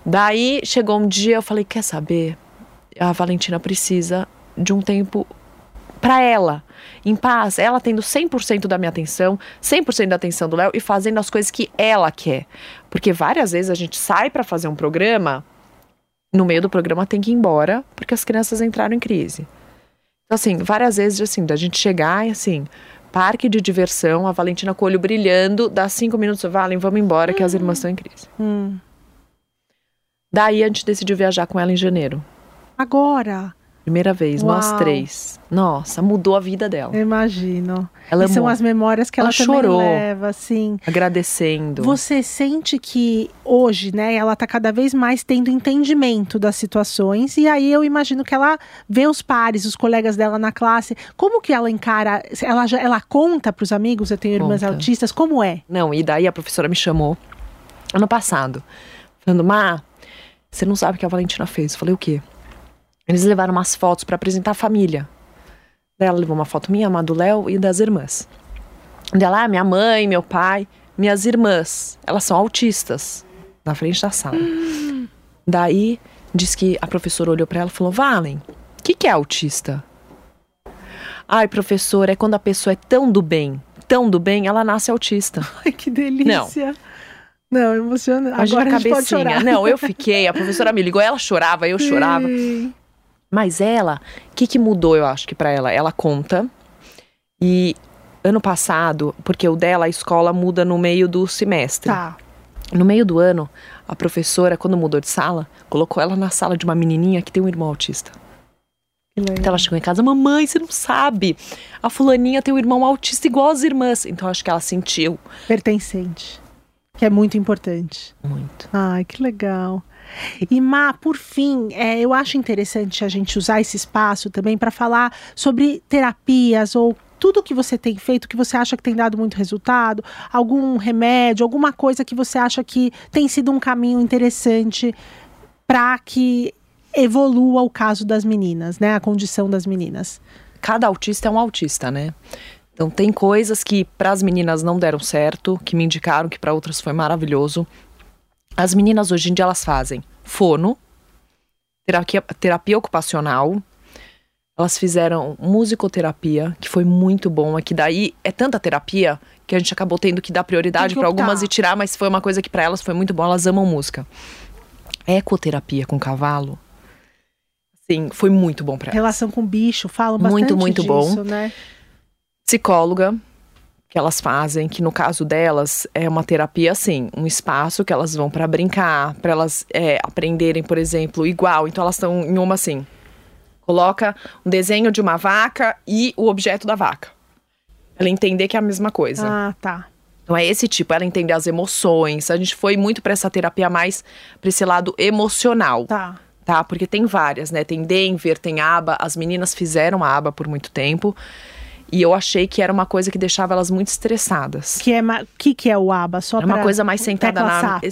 Daí, chegou um dia, eu falei, quer saber? A Valentina precisa de um tempo pra ela, em paz. Ela tendo 100% da minha atenção, 100% da atenção do Léo e fazendo as coisas que ela quer. Porque várias vezes a gente sai pra fazer um programa, no meio do programa tem que ir embora, porque as crianças entraram em crise. Então, assim, várias vezes, assim, da gente chegar e, assim, parque de diversão, a Valentina com o olho brilhando, dá 5 minutos, Valen, vamos embora, que as irmãs estão em crise. Daí a gente decidiu viajar com ela em janeiro. Agora? Primeira vez, Uau. nós 3. Nossa, mudou a vida dela. Eu imagino. Ela E são amou. as memórias que ela também chorou. leva, assim. Agradecendo. Você sente que hoje, né, ela tá cada vez mais tendo entendimento das situações, e aí eu imagino que ela vê os pares, os colegas dela na classe. Como que ela encara? Ela conta pros amigos, eu tenho irmãs Conta. autistas, como é? Não, e daí a professora me chamou ano passado, falando, Má, você não sabe o que a Valentina fez. Eu falei, o quê? Eles levaram umas fotos pra apresentar a família. Daí ela levou uma foto minha, a do Léo e das irmãs. Dela, minha mãe, meu pai, minhas irmãs, elas são autistas, na frente da sala. Daí, disse que a professora olhou pra ela e falou, Valen, o que é autista? Ai, professora, é quando a pessoa é tão do bem, ela nasce autista. Ai, que delícia. Não, emocionante. Imagina Agora a gente pode cabecinha. chorar. Não, eu fiquei, a professora me ligou, ela chorava, eu chorava. Sim. Mas ela, o que mudou, eu acho que pra ela? Ela conta. E ano passado, porque o dela, a escola muda no meio do semestre. Tá. No meio do ano, a professora, quando mudou de sala, colocou ela na sala de uma menininha que tem um irmão autista. Que legal. Então ela chegou em casa, mamãe, você não sabe. A fulaninha tem um irmão autista igual as irmãs. Então acho que ela sentiu. Pertencente. Que é muito importante. Muito. Ai, que legal. E Má, por fim, eu acho interessante a gente usar esse espaço também para falar sobre terapias ou tudo que você tem feito, que você acha que tem dado muito resultado, algum remédio, alguma coisa que você acha que tem sido um caminho interessante para que evolua o caso das meninas, né? A condição das meninas. Cada autista é um autista, né? Então tem coisas que para as meninas não deram certo, que me indicaram que para outras foi maravilhoso. As meninas hoje em dia elas fazem fono, terapia ocupacional, elas fizeram musicoterapia, que foi muito bom, é que daí é tanta terapia que a gente acabou tendo que dar prioridade para algumas e tirar, mas foi uma coisa que para elas foi muito bom, elas amam música. Ecoterapia com cavalo, sim, foi muito bom para elas. Relação com bicho, falam bastante muito disso, bom. Né? Psicóloga, que elas fazem, que no caso delas é uma terapia assim, um espaço que elas vão para brincar, para elas aprenderem, por exemplo, igual. Então elas estão em uma assim, coloca um desenho de uma vaca e o objeto da vaca. Ela entender que é a mesma coisa. Ah, tá. Então é esse tipo, ela entender as emoções. A gente foi muito para essa terapia mais para esse lado emocional. Tá? Porque tem várias, né? Tem Denver, tem ABA. As meninas fizeram a ABA por muito tempo. E eu achei que era uma coisa que deixava elas muito estressadas. Que é o ABA? Só é uma coisa mais sentada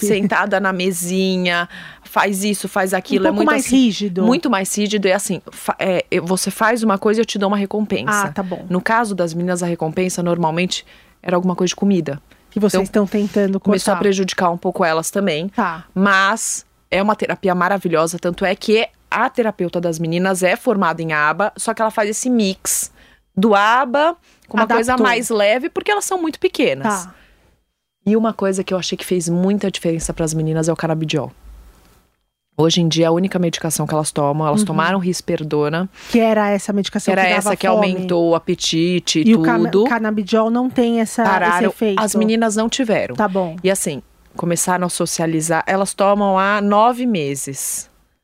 na mesinha, faz isso, faz aquilo. Um pouco mais assim, rígido. Muito mais rígido. E assim, você faz uma coisa e eu te dou uma recompensa. Ah, tá bom. No caso das meninas, a recompensa normalmente era alguma coisa de comida. Que vocês estão tentando cortar. Começou a prejudicar um pouco elas também. Tá. Mas é uma terapia maravilhosa. Tanto é que a terapeuta das meninas é formada em ABA, só que ela faz esse mix do ABA com uma coisa mais leve, porque elas são muito pequenas. Tá. E uma coisa que eu achei que fez muita diferença para as meninas é o canabidiol. Hoje em dia, a única medicação que elas tomam, elas tomaram risperidona. Que era essa medicação que dava essa que fome. aumentou o apetite e tudo. E o canabidiol não tem esse efeito. As meninas não tiveram. Tá bom. E assim, começaram a socializar. Elas tomam há 9 meses.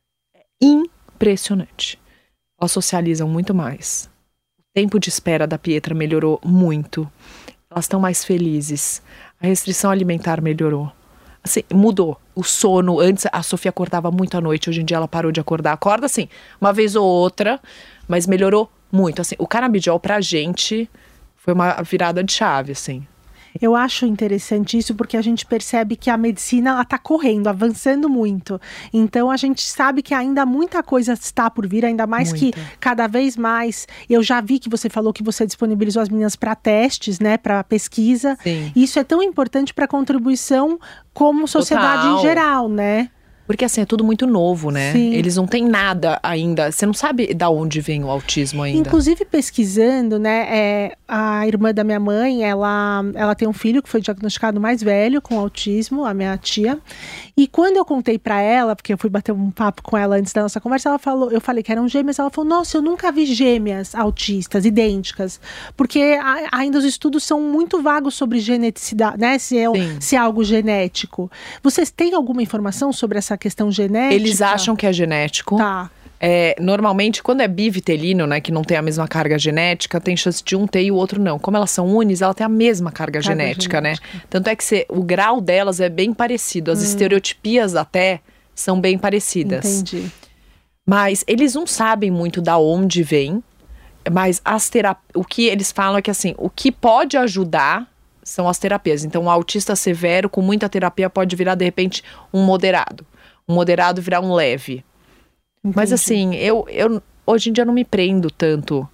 Impressionante. Elas socializam muito mais. O tempo de espera da Pietra melhorou muito. Elas estão mais felizes. A restrição alimentar melhorou. Assim, mudou. O sono, antes a Sofia acordava muito à noite, hoje em dia ela parou de acordar. Acorda assim, uma vez ou outra, mas melhorou muito. Assim, o canabidiol pra gente foi uma virada de chave, assim. Eu acho interessante isso porque a gente percebe que a medicina ela tá correndo, avançando muito. Então a gente sabe que ainda muita coisa está por vir, ainda mais que cada vez mais. Eu já vi que você falou que você disponibilizou as meninas para testes, né, para pesquisa. Sim. Isso é tão importante para a contribuição como sociedade em geral, né? Porque assim, é tudo muito novo, né? Sim. Eles não têm nada ainda. Você não sabe de onde vem o autismo ainda. Inclusive, pesquisando, né? A irmã da minha mãe, ela tem um filho que foi diagnosticado mais velho com autismo, a minha tia. E quando eu contei pra ela, porque eu fui bater um papo com ela antes da nossa conversa, eu falei que eram gêmeas, ela falou, nossa, eu nunca vi gêmeas autistas, idênticas. Porque ainda os estudos são muito vagos sobre geneticidade, né? Se é algo genético. Vocês têm alguma informação sobre essa questão genética? Eles acham que é genético. Tá. Normalmente, quando é bivitelino, né, que não tem a mesma carga genética, tem chance de um ter e o outro não. Como elas são unis, ela tem a mesma carga genética, né? Tanto é que o grau delas é bem parecido. As estereotipias até são bem parecidas. Entendi. Mas eles não sabem muito da onde vem. Mas o que eles falam é que assim, o que pode ajudar são as terapias. Então, um autista severo com muita terapia pode virar, de repente, um moderado. Um moderado virar um leve. Entendi. Mas assim, eu hoje em dia não me prendo tanto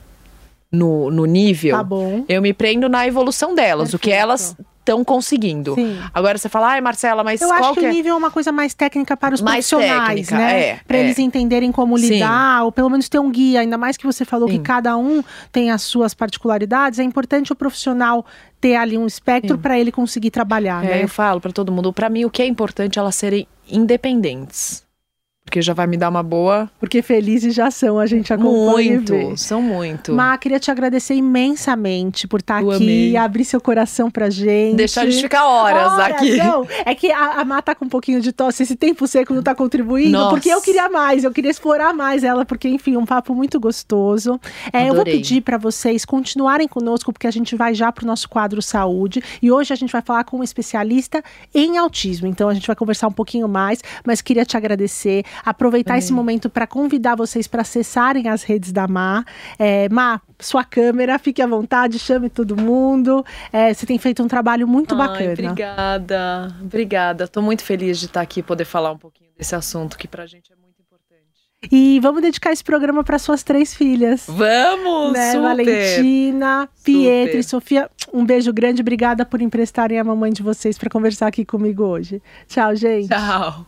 no nível. Tá bom. Eu me prendo na evolução delas, o que elas estão conseguindo. Sim. Agora você fala, ai Marcela, mas eu acho que o nível é uma coisa mais técnica para os profissionais, né? Para eles entenderem como lidar, ou pelo menos ter um guia, ainda mais que você falou que cada um tem as suas particularidades, é importante o profissional ter ali um espectro para ele conseguir trabalhar, né? Eu falo para todo mundo, para mim o que é importante é elas serem independentes. Porque já vai me dar uma boa... Porque felizes já são, a gente acompanha muito, e vê. São muito. Má, queria te agradecer imensamente por estar aqui, amei. Abrir seu coração pra gente. Deixar a gente ficar horas aqui. Não, é que a Má tá com um pouquinho de tosse, esse tempo seco não tá contribuindo, Nossa. Porque eu queria mais, eu queria explorar mais ela, porque enfim, um papo muito gostoso. Eu vou pedir pra vocês continuarem conosco, porque a gente vai já pro nosso quadro Saúde, e hoje a gente vai falar com um especialista em autismo, então a gente vai conversar um pouquinho mais, mas queria te agradecer, aproveitar esse momento para convidar vocês para acessarem as redes da Má. Má, sua câmera, fique à vontade, chame todo mundo. Você tem feito um trabalho muito bacana. Obrigada. Tô muito feliz de estar aqui e poder falar um pouquinho desse assunto que pra gente é muito importante. E vamos dedicar esse programa para suas 3 filhas. Vamos, né? super! Valentina, Pietra e Sofia. Um beijo grande, obrigada por emprestarem a mamãe de vocês para conversar aqui comigo hoje. Tchau, gente. Tchau.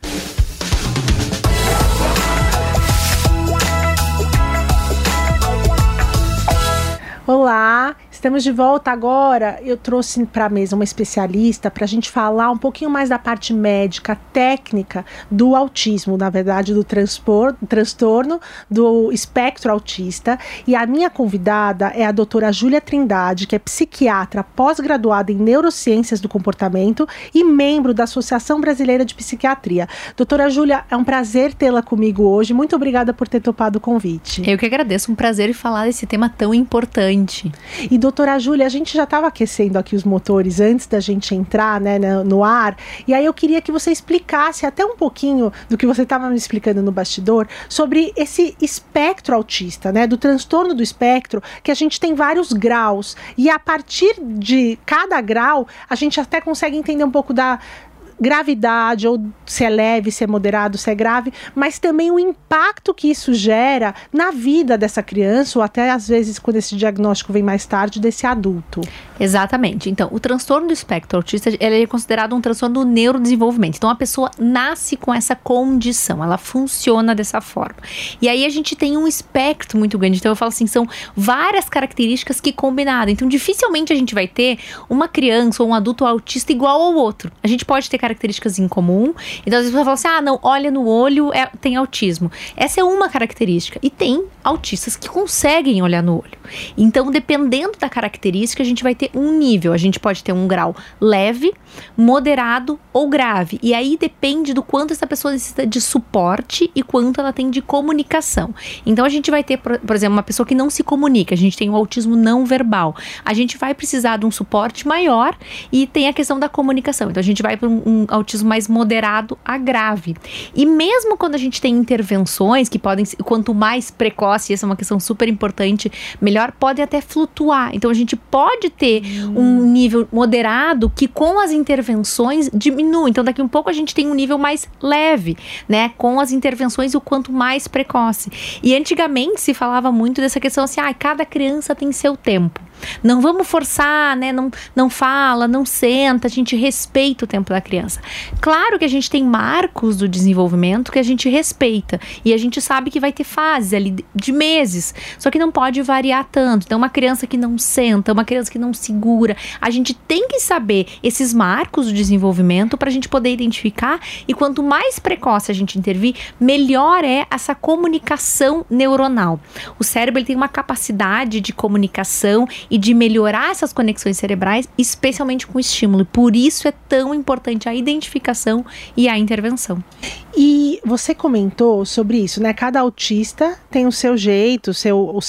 Olá, estamos de volta agora. Eu trouxe para a mesa uma especialista para a gente falar um pouquinho mais da parte médica, técnica do autismo, na verdade do transtorno do espectro autista. E a minha convidada é a doutora Júlia Trindade, que é psiquiatra pós-graduada em neurociências do comportamento e membro da Associação Brasileira de Psiquiatria. Doutora Júlia, é um prazer tê-la comigo hoje. Muito obrigada por ter topado o convite. Eu que agradeço, um prazer falar desse tema tão importante. E doutora Júlia, a gente já estava aquecendo aqui os motores antes da gente entrar, né, no ar, e aí eu queria que você explicasse até um pouquinho do que você estava me explicando no bastidor sobre esse espectro autista, né, do transtorno do espectro, que a gente tem vários graus, e a partir de cada grau a gente até consegue entender um pouco da gravidade, ou se é leve, se é moderado, se é grave, mas também o impacto que isso gera na vida dessa criança, ou até às vezes quando esse diagnóstico vem mais tarde, desse adulto. Exatamente. Então, o transtorno do espectro autista, ele é considerado um transtorno do neurodesenvolvimento. Então, a pessoa nasce com essa condição, ela funciona dessa forma. E aí a gente tem um espectro muito grande. Então, eu falo assim, são várias características que combinadas. Então, dificilmente a gente vai ter uma criança ou um adulto autista igual ao outro. A gente pode ter características em comum. Então, às vezes você fala assim, não, olha no olho, tem autismo. Essa é uma característica. E tem autistas que conseguem olhar no olho. Então, dependendo da característica, a gente vai ter um nível. A gente pode ter um grau leve, moderado ou grave. E aí depende do quanto essa pessoa necessita de suporte e quanto ela tem de comunicação. Então, a gente vai ter, por exemplo, uma pessoa que não se comunica. A gente tem o autismo não verbal. A gente vai precisar de um suporte maior e tem a questão da comunicação. Então, a gente vai para um autismo mais moderado a grave. E mesmo quando a gente tem intervenções que podem, quanto mais precoce, essa é uma questão super importante, melhor, podem até flutuar. Então, a gente pode ter um nível moderado que com as intervenções diminui. Então, daqui a um pouco a gente tem um nível mais leve, né? Com as intervenções, o quanto mais precoce. E antigamente se falava muito dessa questão assim, cada criança tem seu tempo. Não vamos forçar, né? Não fala, não senta, a gente respeita o tempo da criança. Claro que a gente tem marcos do desenvolvimento que a gente respeita. E a gente sabe que vai ter fases ali de meses. Só que não pode variar tanto. Então, uma criança que não senta, uma criança que não segura, a gente tem que saber esses marcos do desenvolvimento para a gente poder identificar. E quanto mais precoce a gente intervir, melhor é essa comunicação neuronal. O cérebro ele tem uma capacidade de comunicação e de melhorar essas conexões cerebrais, especialmente com estímulo. Por isso é tão importante a identificação e a intervenção. E você comentou sobre isso, né? Cada autista tem o seu jeito, os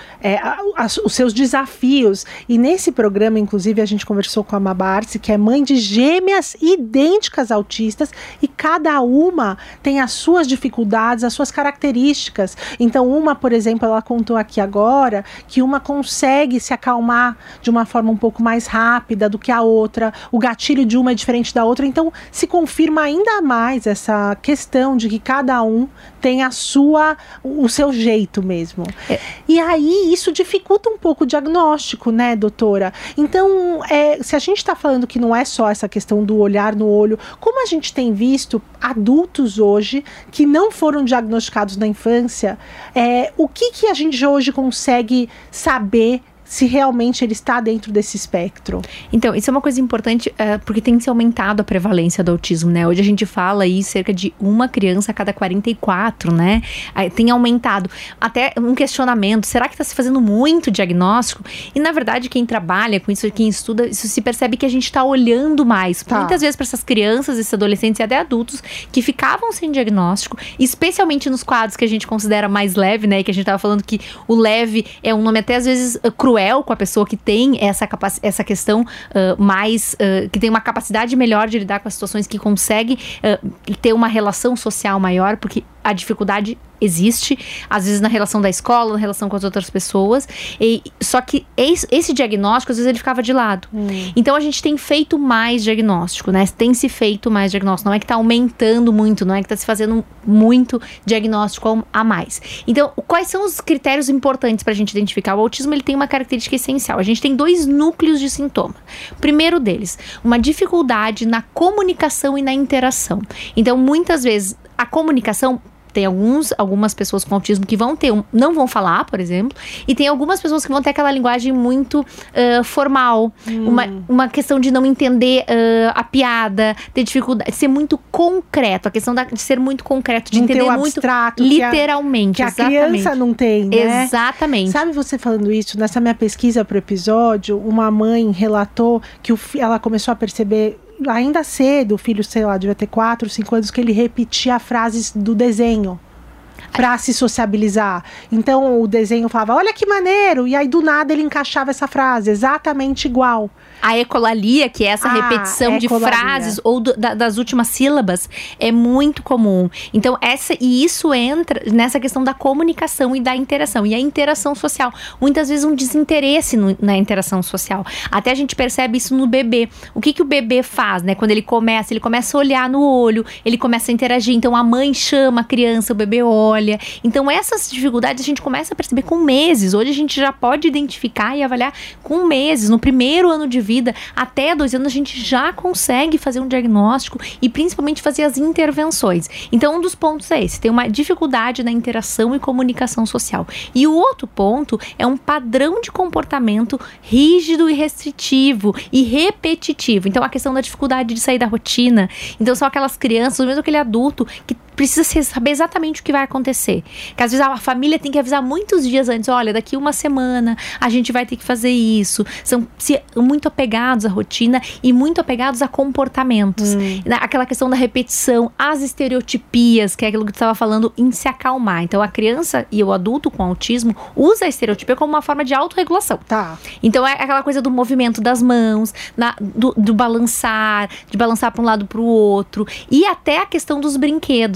seus desafios. E nesse programa, inclusive, a gente conversou com a Mabarce, que é mãe de gêmeas idênticas autistas, e cada uma tem as suas dificuldades, as suas características. Então, uma, por exemplo, ela contou aqui agora que uma consegue se acalmar de uma forma um pouco mais rápida do que a outra. O gatilho de uma é diferente da outra. Então, se confirma ainda mais essa questão de que cada um tem o seu jeito mesmo. E aí, isso dificulta um pouco o diagnóstico, né, doutora? Então, se a gente está falando que não é só essa questão do olhar no olho, como a gente tem visto adultos hoje que não foram diagnosticados na infância, o que a gente hoje consegue saber se realmente ele está dentro desse espectro? Então, isso é uma coisa importante, porque tem se aumentado a prevalência do autismo, né? Hoje a gente fala aí cerca de uma criança a cada 44, né? Tem aumentado. Até um questionamento, será que está se fazendo muito diagnóstico? E, na verdade, quem trabalha com isso, quem estuda, isso se percebe que a gente está olhando mais. Muitas vezes para essas crianças, esses adolescentes e até adultos que ficavam sem diagnóstico, especialmente nos quadros que a gente considera mais leve, né? E que a gente estava falando que o leve é um nome até às vezes cruel com a pessoa que tem essa questão que tem uma capacidade melhor de lidar com as situações, que consegue ter uma relação social maior, porque a dificuldade existe, às vezes na relação da escola, na relação com as outras pessoas, só que esse diagnóstico, às vezes ele ficava de lado. Então a gente tem feito mais diagnóstico, né? Tem se feito mais diagnóstico, não é que está aumentando muito, não é que está se fazendo muito diagnóstico a mais. Então, quais são os critérios importantes para a gente identificar? O autismo, ele tem uma característica essencial. A gente tem 2 núcleos de sintoma. O primeiro deles, uma dificuldade na comunicação e na interação. Então, muitas vezes, a comunicação... Tem algumas pessoas com autismo que não vão falar, por exemplo, e tem algumas pessoas que vão ter aquela linguagem muito formal, uma questão de não entender a piada, ter dificuldade, de ser muito concreto, a questão de ser muito concreto, de não entender muito abstrato, literalmente. Que a criança não tem, né? Exatamente. Sabe, você falando isso, nessa minha pesquisa para o episódio, uma mãe relatou que ela começou a perceber ainda cedo, o filho, sei lá, devia ter 4, 5 anos, que ele repetia frases do desenho para se sociabilizar. Então o desenho falava, olha que maneiro, e aí do nada ele encaixava essa frase, exatamente igual. A ecolalia, que é essa repetição de frases ou das últimas sílabas, é muito comum. Então, isso entra nessa questão da comunicação e da interação. E a interação social. Muitas vezes um desinteresse na interação social. Até a gente percebe isso no bebê. O que o bebê faz, né? Quando ele começa a olhar no olho, ele começa a interagir. Então, a mãe chama a criança, o bebê olha. Então, essas dificuldades a gente começa a perceber com meses. Hoje a gente já pode identificar e avaliar com meses. No primeiro ano de vida, até 2 anos, a gente já consegue fazer um diagnóstico e principalmente fazer as intervenções. Então, um dos pontos é esse, tem uma dificuldade na interação e comunicação social. E o outro ponto é um padrão de comportamento rígido e restritivo e repetitivo. Então, a questão da dificuldade de sair da rotina. Então, são aquelas crianças, mesmo aquele adulto que precisa saber exatamente o que vai acontecer. Que às vezes a família tem que avisar muitos dias antes, olha, daqui 1 semana a gente vai ter que fazer isso. São muito apegados à rotina e muito apegados a comportamentos. Aquela questão da repetição, as estereotipias, que é aquilo que tu estava falando, em se acalmar. Então a criança e o adulto com autismo usa a estereotipia como uma forma de autorregulação. Tá. Então é aquela coisa do movimento das mãos, do balançar, de balançar para um lado para o outro, e até a questão dos brinquedos.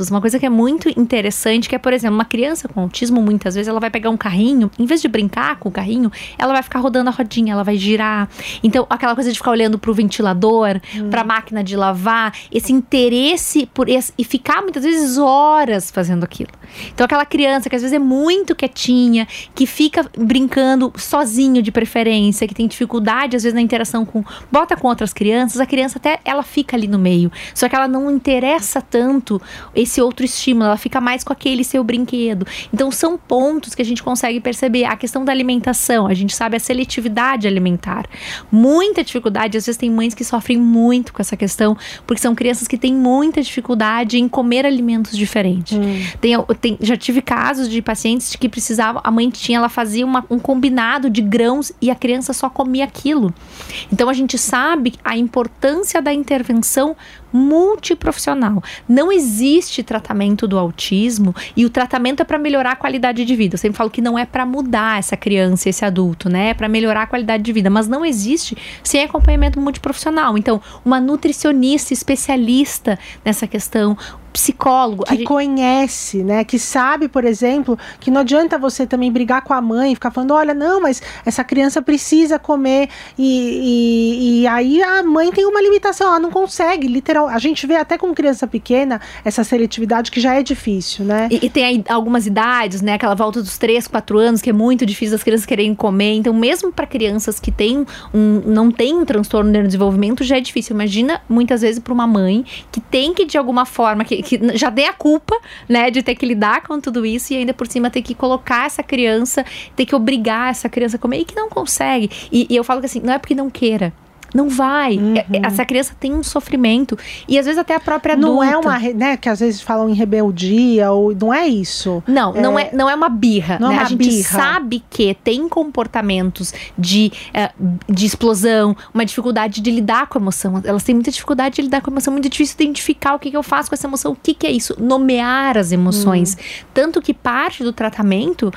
exemplos, uma coisa que é muito interessante, que é, por exemplo, uma criança com autismo, muitas vezes ela vai pegar um carrinho, em vez de brincar com o carrinho, ela vai ficar rodando a rodinha, ela vai girar. Então, aquela coisa de ficar olhando pro ventilador, pra máquina de lavar, esse interesse por esse, e ficar muitas vezes horas fazendo aquilo. Então, aquela criança que às vezes é muito quietinha, que fica brincando sozinho de preferência, que tem dificuldade às vezes na interação bota com outras crianças, a criança até ela fica ali no meio, só que ela não interessa tanto esse outro estímulo, ela fica mais com aquele seu brinquedo. Então são pontos que a gente consegue perceber. A questão da alimentação, a gente sabe a seletividade alimentar, muita dificuldade, às vezes tem mães que sofrem muito com essa questão, porque são crianças que têm muita dificuldade em comer alimentos diferentes. Já tive casos de pacientes que precisavam, a mãe ela fazia um combinado de grãos e a criança só comia aquilo. Então a gente sabe a importância da intervenção multiprofissional. Não existe tratamento do autismo e o tratamento é para melhorar a qualidade de vida. Eu sempre falo que não é para mudar essa criança, esse adulto, né? É para melhorar a qualidade de vida, mas não existe sem acompanhamento multiprofissional. Então, uma nutricionista especialista nessa questão, psicólogo. Que conhece, né? Que sabe, por exemplo, que não adianta você também brigar com a mãe e ficar falando, olha, não, mas essa criança precisa comer e aí a mãe tem uma limitação, ela não consegue, literal. A gente vê até com criança pequena essa seletividade que já é difícil, né? E tem aí algumas idades, né? Aquela volta dos 3, 4 anos, que é muito difícil as crianças quererem comer. Então, mesmo para crianças que não têm um transtorno de neurodesenvolvimento, já é difícil. Imagina, muitas vezes, para uma mãe que tem que, de alguma forma, que já dê a culpa, né, de ter que lidar com tudo isso e ainda por cima ter que colocar essa criança, ter que obrigar essa criança a comer e que não consegue. E eu falo que assim, não é porque não queira. Não vai. Essa criança tem um sofrimento. E às vezes até a própria adulta. Não é uma, né, que às vezes falam em rebeldia, ou não é isso. Não é uma birra. Não, né? A gente sabe que tem comportamentos de explosão, uma dificuldade de lidar com a emoção. Elas têm muita dificuldade de lidar com a emoção, muito difícil identificar o que eu faço com essa emoção, o que é isso, nomear as emoções. Tanto que parte do tratamento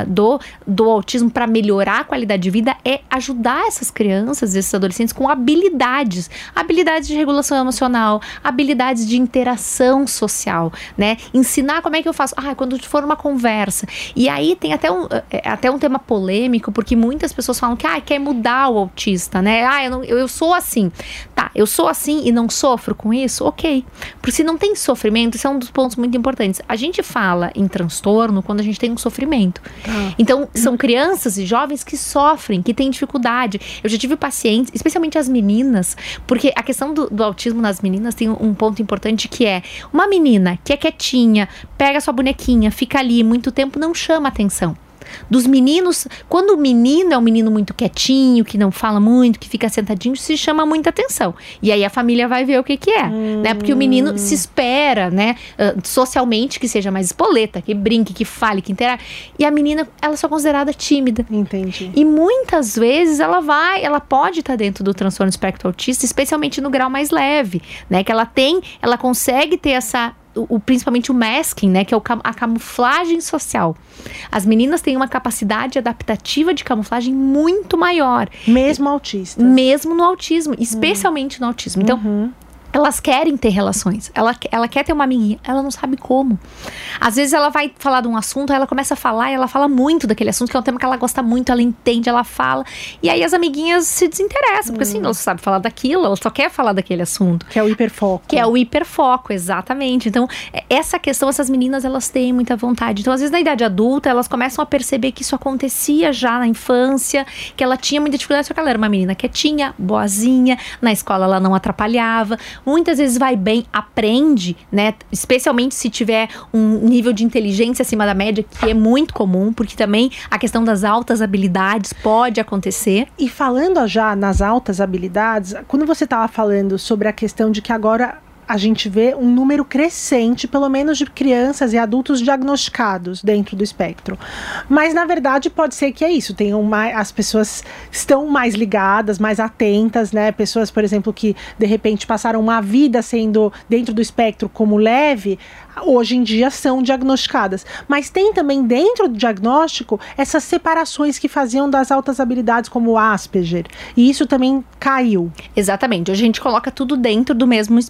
do autismo para melhorar a qualidade de vida é ajudar essas crianças, esses adolescentes com habilidades de regulação emocional, habilidades de interação social, né? Ensinar como é que eu faço, quando for uma conversa. E aí tem até um tema polêmico, porque muitas pessoas falam que quer mudar o autista, né? Eu sou assim. Tá, eu sou assim e não sofro com isso? Ok. Porque se não tem sofrimento, isso é um dos pontos muito importantes. A gente fala em transtorno quando a gente tem um sofrimento. Então, são crianças e jovens que sofrem, que têm dificuldade. Eu já tive pacientes, especialmente as meninas, porque a questão do autismo nas meninas tem um ponto importante, que é uma menina que é quietinha, pega sua bonequinha, fica ali muito tempo, não chama atenção. Dos meninos, quando o menino é um menino muito quietinho, que não fala muito, que fica sentadinho, se chama muita atenção. E aí a família vai ver o que é, né? Porque o menino se espera, né? Socialmente, que seja mais espoleta, que brinque, que fale, que interaja. E a menina, ela é só considerada tímida. Entendi. E muitas vezes ela pode estar dentro do transtorno do espectro autista, especialmente no grau mais leve, né? Que ela consegue ter principalmente o masking, né, que é a camuflagem social. As meninas têm uma capacidade adaptativa de camuflagem muito maior. Mesmo autistas. Mesmo no autismo, especialmente no autismo. Então, elas querem ter relações, ela quer ter uma amiguinha, ela não sabe como. Às vezes ela vai falar de um assunto, aí ela começa a falar e ela fala muito daquele assunto, que é um tema que ela gosta muito, ela entende, ela fala, e aí as amiguinhas se desinteressam, porque assim, ela só sabe falar daquilo, ela só quer falar daquele assunto. Que é o hiperfoco. Que é o hiperfoco, exatamente. Então, essa questão, essas meninas, elas têm muita vontade. Então, às vezes na idade adulta, elas começam a perceber que isso acontecia já na infância, que ela tinha muita dificuldade, só que ela era uma menina quietinha, boazinha, na escola ela não atrapalhava, muitas vezes vai bem, aprende, né? Especialmente se tiver um nível de inteligência acima da média, que é muito comum, porque também a questão das altas habilidades pode acontecer. E falando já nas altas habilidades, quando você estava falando sobre a questão de que agora a gente vê um número crescente, pelo menos de crianças e adultos diagnosticados dentro do espectro. Mas, na verdade, pode ser que é isso. As pessoas estão mais ligadas, mais atentas, né? Pessoas, por exemplo, que, de repente, passaram uma vida sendo dentro do espectro como leve, hoje em dia são diagnosticadas. Mas tem também, dentro do diagnóstico, essas separações que faziam das altas habilidades, como o Asperger. E isso também caiu. Exatamente. Hoje a gente coloca tudo dentro do mesmo espectro, né?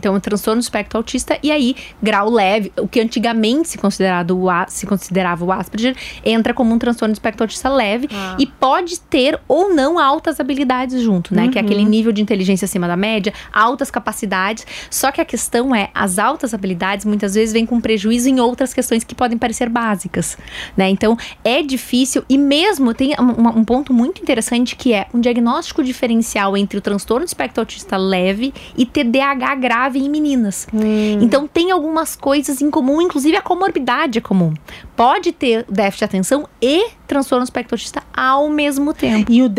Então, é um transtorno do espectro autista, e aí, grau leve, o que antigamente se considerava o Asperger, entra como um transtorno do espectro autista leve, e pode ter ou não altas habilidades junto, né? Que é aquele nível de inteligência acima da média, altas capacidades, só que a questão é, as altas habilidades muitas vezes vêm com prejuízo em outras questões que podem parecer básicas, né? Então, é difícil, e mesmo tem um ponto muito interessante, que é um diagnóstico diferencial entre o transtorno do espectro autista leve e TDAH grave em meninas. Então, tem algumas coisas em comum, inclusive a comorbidade é comum. Pode ter déficit de atenção e transtorno do espectro autista ao mesmo tempo. E o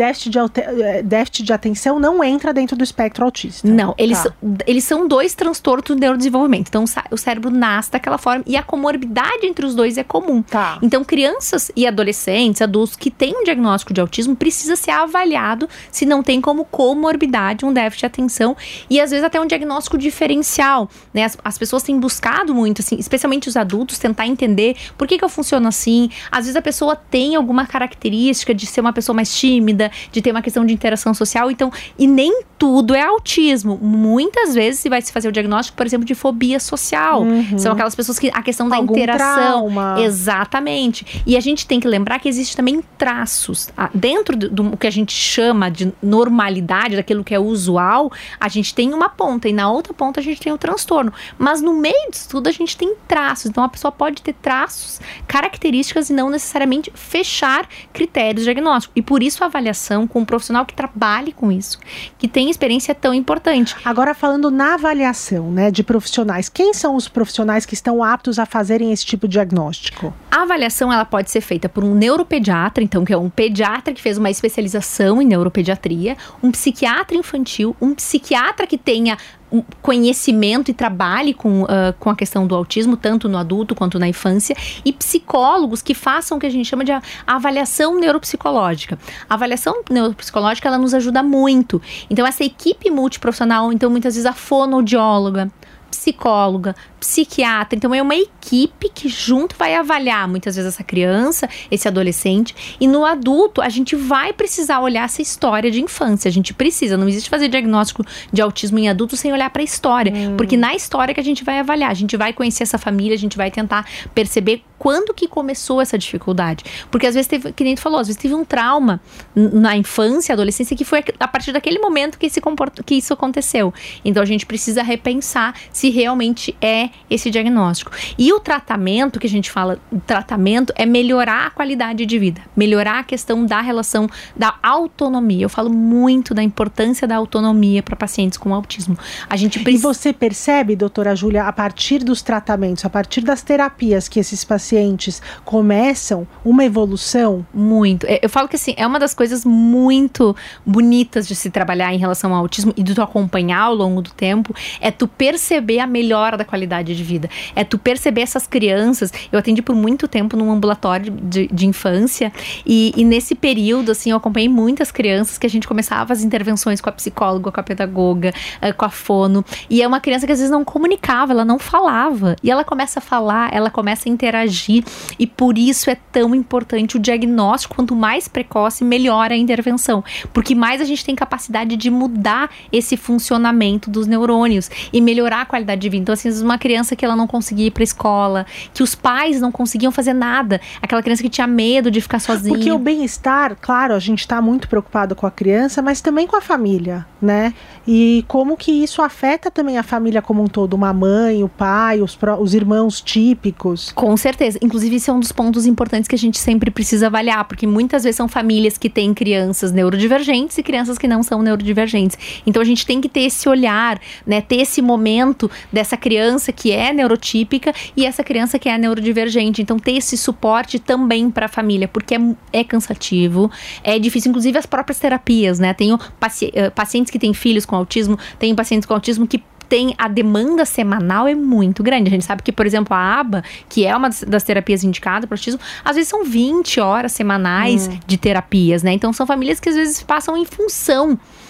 déficit de atenção não entra dentro do espectro autista? Não, eles são dois transtornos do neurodesenvolvimento. Então, o cérebro nasce daquela forma, e a comorbidade entre os dois é comum. Então, crianças e adolescentes, adultos que têm um diagnóstico de autismo, precisa ser avaliado se não tem como comorbidade um déficit de atenção, e às vezes até um diagnóstico diferencial, né? As pessoas têm buscado muito, assim, especialmente os adultos, tentar entender por que eu funciono assim. Às vezes a pessoa tem alguma característica de ser uma pessoa mais tímida, de ter uma questão de interação social, então, e nem tudo é autismo. Muitas vezes se vai se fazer o diagnóstico, por exemplo, de fobia social. São aquelas pessoas que a questão da interação. Trauma. Exatamente. E a gente tem que lembrar que existe também traços. Dentro do que a gente chama de normalidade, daquilo que é usual, a gente tem uma ponta, e na outra ponta a gente tem o transtorno. Mas no meio disso tudo a gente tem traços. Então a pessoa pode ter traços, características, e não necessariamente fechar critérios diagnósticos. E por isso a avaliação com um profissional que trabalhe com isso, que tem experiência, é tão importante. Agora, falando na avaliação, né, de profissionais, quem são os profissionais que estão aptos a fazerem esse tipo de diagnóstico? A avaliação, ela pode ser feita por um neuropediatra, então, que é um pediatra que fez uma especialização em neuropediatria, um psiquiatra infantil, um psiquiatra que tenha conhecimento e trabalhe com a questão do autismo, tanto no adulto quanto na infância, e psicólogos que façam o que a gente chama de avaliação neuropsicológica. A avaliação neuropsicológica, ela nos ajuda muito. Então, essa equipe multiprofissional, então, muitas vezes a fonoaudióloga, psicóloga, psiquiatra, então é uma equipe que junto vai avaliar muitas vezes essa criança, esse adolescente, e no adulto a gente vai precisar olhar essa história de infância, a gente precisa, não existe fazer diagnóstico de autismo em adulto sem olhar para a história, porque na história que a gente vai avaliar, a gente vai conhecer essa família, a gente vai tentar perceber quando que começou essa dificuldade, porque às vezes teve, que nem tu falou, às vezes teve um trauma na infância, adolescência, que foi a partir daquele momento que isso aconteceu, então a gente precisa repensar se realmente é esse diagnóstico. E o tratamento, que a gente fala, o tratamento é melhorar a qualidade de vida, melhorar a questão da relação da autonomia. Eu falo muito da importância da autonomia para pacientes com autismo. A gente precisa... E você percebe, doutora Júlia, a partir dos tratamentos, a partir das terapias que esses pacientes começam, uma evolução? Muito. Eu falo que assim, é uma das coisas muito bonitas de se trabalhar em relação ao autismo e de tu acompanhar ao longo do tempo, é tu perceber a melhora da qualidade de vida. É tu perceber essas crianças. Eu atendi por muito tempo num ambulatório de infância e nesse período, assim, eu acompanhei muitas crianças que a gente começava as intervenções com a psicóloga, com a pedagoga, com a fono, e é uma criança que às vezes não comunicava, ela não falava, e ela começa a falar, ela começa a interagir, e por isso é tão importante o diagnóstico. Quanto mais precoce, melhor a intervenção, porque mais a gente tem capacidade de mudar esse funcionamento dos neurônios e melhorar a qualidade de vida. Então, assim, uma criança que ela não conseguia ir pra escola, que os pais não conseguiam fazer nada, aquela criança que tinha medo de ficar sozinha. Porque o bem-estar, claro, a gente tá muito preocupado com a criança, mas também com a família, né? E como que isso afeta também a família como um todo, uma mãe, o pai, os irmãos típicos. Com certeza, inclusive esse é um dos pontos importantes que a gente sempre precisa avaliar, porque muitas vezes são famílias que têm crianças neurodivergentes e crianças que não são neurodivergentes. Então a gente tem que ter esse olhar, né, ter esse momento dessa criança que é neurotípica e essa criança que é neurodivergente. Então ter esse suporte também para a família, porque é cansativo, é difícil, inclusive as próprias terapias, né? Tenho pacientes que têm filhos com autismo, tem pacientes com autismo que tem a demanda semanal é muito grande. A gente sabe que, por exemplo, a ABA, que é uma das terapias indicadas para autismo, às vezes são 20 horas semanais de terapias, né? Então são famílias que às vezes passam em função.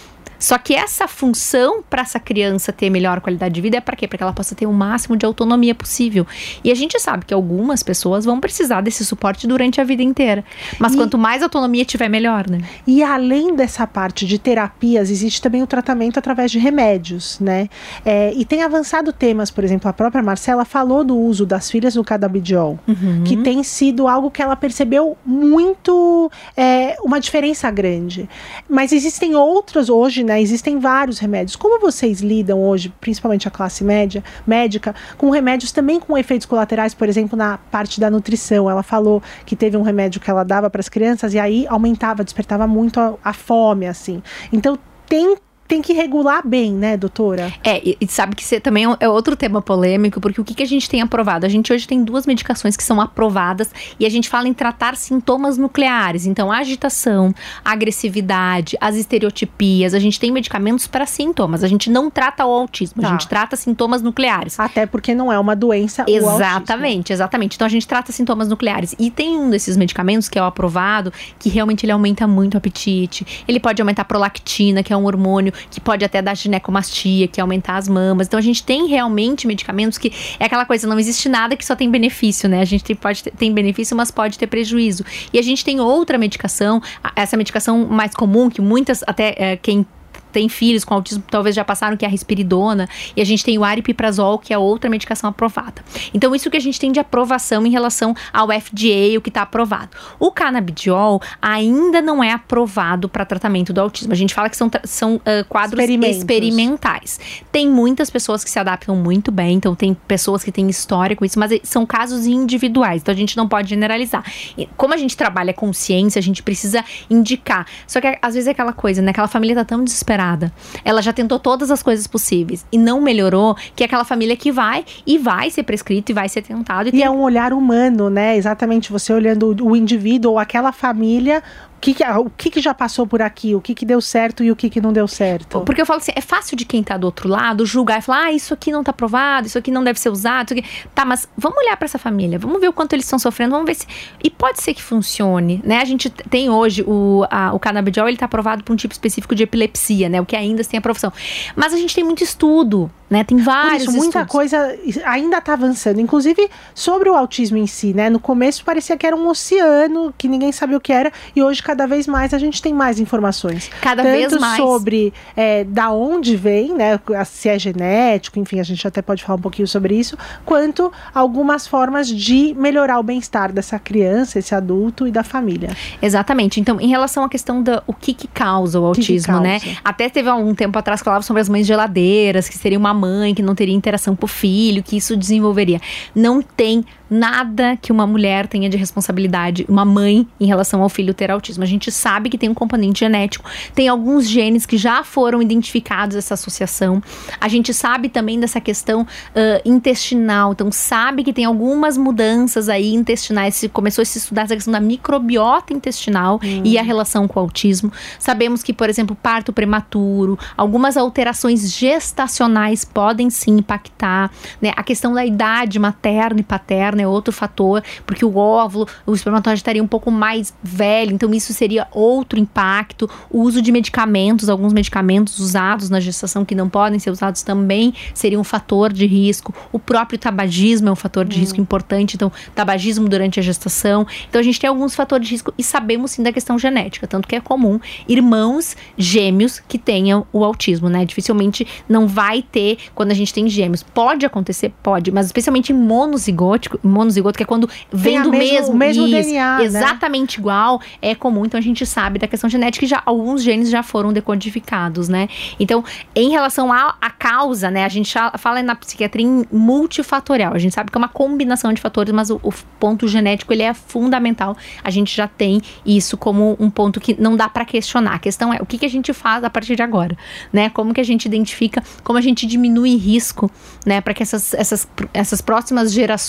Só que essa função para essa criança ter melhor qualidade de vida é para quê? Para que ela possa ter o máximo de autonomia possível. E a gente sabe que algumas pessoas vão precisar desse suporte durante a vida inteira. Mas quanto mais autonomia tiver, melhor, né? E além dessa parte de terapias, existe também o tratamento através de remédios, né? E tem avançado temas, por exemplo, a própria Marcela falou do uso das filhas do canabidiol, que tem sido algo que ela percebeu muito, uma diferença grande. Mas existem outros hoje, né? Existem vários remédios. Como vocês lidam hoje, principalmente a classe médica, com remédios também com efeitos colaterais, por exemplo, na parte da nutrição? Ela falou que teve um remédio que ela dava para as crianças e aí despertava muito a fome, assim. Então, tem que regular bem, né, doutora? E sabe que também é outro tema polêmico, porque o que a gente tem aprovado? A gente hoje tem 2 medicações que são aprovadas e a gente fala em tratar sintomas nucleares. Então, a agitação, a agressividade, as estereotipias. A gente tem medicamentos para sintomas. A gente não trata o autismo, a gente trata sintomas nucleares. Até porque não é uma doença, Exatamente. Então, a gente trata sintomas nucleares. E tem um desses medicamentos que é o aprovado, que realmente ele aumenta muito o apetite. Ele pode aumentar a prolactina, que é um hormônio que pode até dar ginecomastia, que é aumentar as mamas. Então, a gente tem realmente medicamentos que é aquela coisa, não existe nada que só tem benefício, né? A gente tem benefício, mas pode ter prejuízo. E a gente tem outra medicação, essa medicação mais comum, que muitas, até quem tem filhos com autismo talvez já passaram, que é a risperidona, e a gente tem o aripiprazol, que é outra medicação aprovada. Então, isso que a gente tem de aprovação em relação ao FDA, o que está aprovado. O canabidiol ainda não é aprovado para tratamento do autismo. A gente fala que são quadros experimentais. Tem muitas pessoas que se adaptam muito bem, então tem pessoas que têm história com isso, mas são casos individuais, então a gente não pode generalizar. Como a gente trabalha com ciência, a gente precisa indicar. Só que às vezes é aquela coisa, né? Aquela família tá tão desesperada, ela já tentou todas as coisas possíveis e não melhorou, que é aquela família que vai ser prescrito e vai ser tentado. E é um olhar humano, né? Exatamente, você olhando o indivíduo ou aquela família, o que já passou por aqui, o que deu certo e o que não deu certo. Porque eu falo assim, é fácil de quem tá do outro lado julgar e falar, isso aqui não tá aprovado, isso aqui não deve ser usado, isso aqui... Tá, mas vamos olhar pra essa família, vamos ver o quanto eles estão sofrendo, vamos ver se... E pode ser que funcione, né? A gente tem hoje o canabidiol, ele tá aprovado pra um tipo específico de epilepsia, né? O que ainda tem aprovação. Mas a gente tem muito estudo, né? Tem vários estudos. Muita coisa ainda tá avançando, inclusive sobre o autismo em si, né? No começo parecia que era um oceano, que ninguém sabia o que era, e hoje cada vez mais a gente tem mais informações. Cada vez mais. Tanto sobre da onde vem, né? Se é genético, enfim, a gente até pode falar um pouquinho sobre isso, quanto algumas formas de melhorar o bem-estar dessa criança, esse adulto e da família. Exatamente. Então, em relação à questão o que causa o autismo, né? Até teve algum tempo atrás que falava sobre as mães geladeiras, que seria uma mãe que não teria interação com o filho, que isso desenvolveria. Não tem nada que uma mulher tenha de responsabilidade, uma mãe, em relação ao filho ter autismo. A gente sabe que tem um componente genético, tem alguns genes que já foram identificados, essa associação. A gente sabe também dessa questão intestinal, então sabe que tem algumas mudanças aí intestinais. Começou a se estudar essa questão da microbiota intestinal e a relação com o autismo. Sabemos que, por exemplo, parto prematuro, algumas alterações gestacionais podem sim impactar, né? A questão da idade materna e paterna é outro fator, porque o óvulo, o espermatozoide estaria um pouco mais velho, então isso seria outro impacto. O uso de medicamentos, alguns medicamentos usados na gestação que não podem ser usados também seria um fator de risco. O próprio tabagismo é um fator de risco importante, então tabagismo durante a gestação. Então a gente tem alguns fatores de risco e sabemos sim da questão genética, tanto que é comum irmãos gêmeos que tenham o autismo, né? Dificilmente não vai ter quando a gente tem gêmeos. Pode acontecer? Pode, mas especialmente em monozigoto, que é quando vem do mesmo DNA, exatamente, né? Igual, é comum. Então a gente sabe da questão genética e alguns genes já foram decodificados, né? Então, em relação à causa, né? A gente já fala na psiquiatria multifatorial. A gente sabe que é uma combinação de fatores, mas o ponto genético, ele é fundamental. A gente já tem isso como um ponto que não dá para questionar. A questão é o que a gente faz a partir de agora, né? Como que a gente identifica, como a gente diminui risco, né? Para que essas próximas gerações não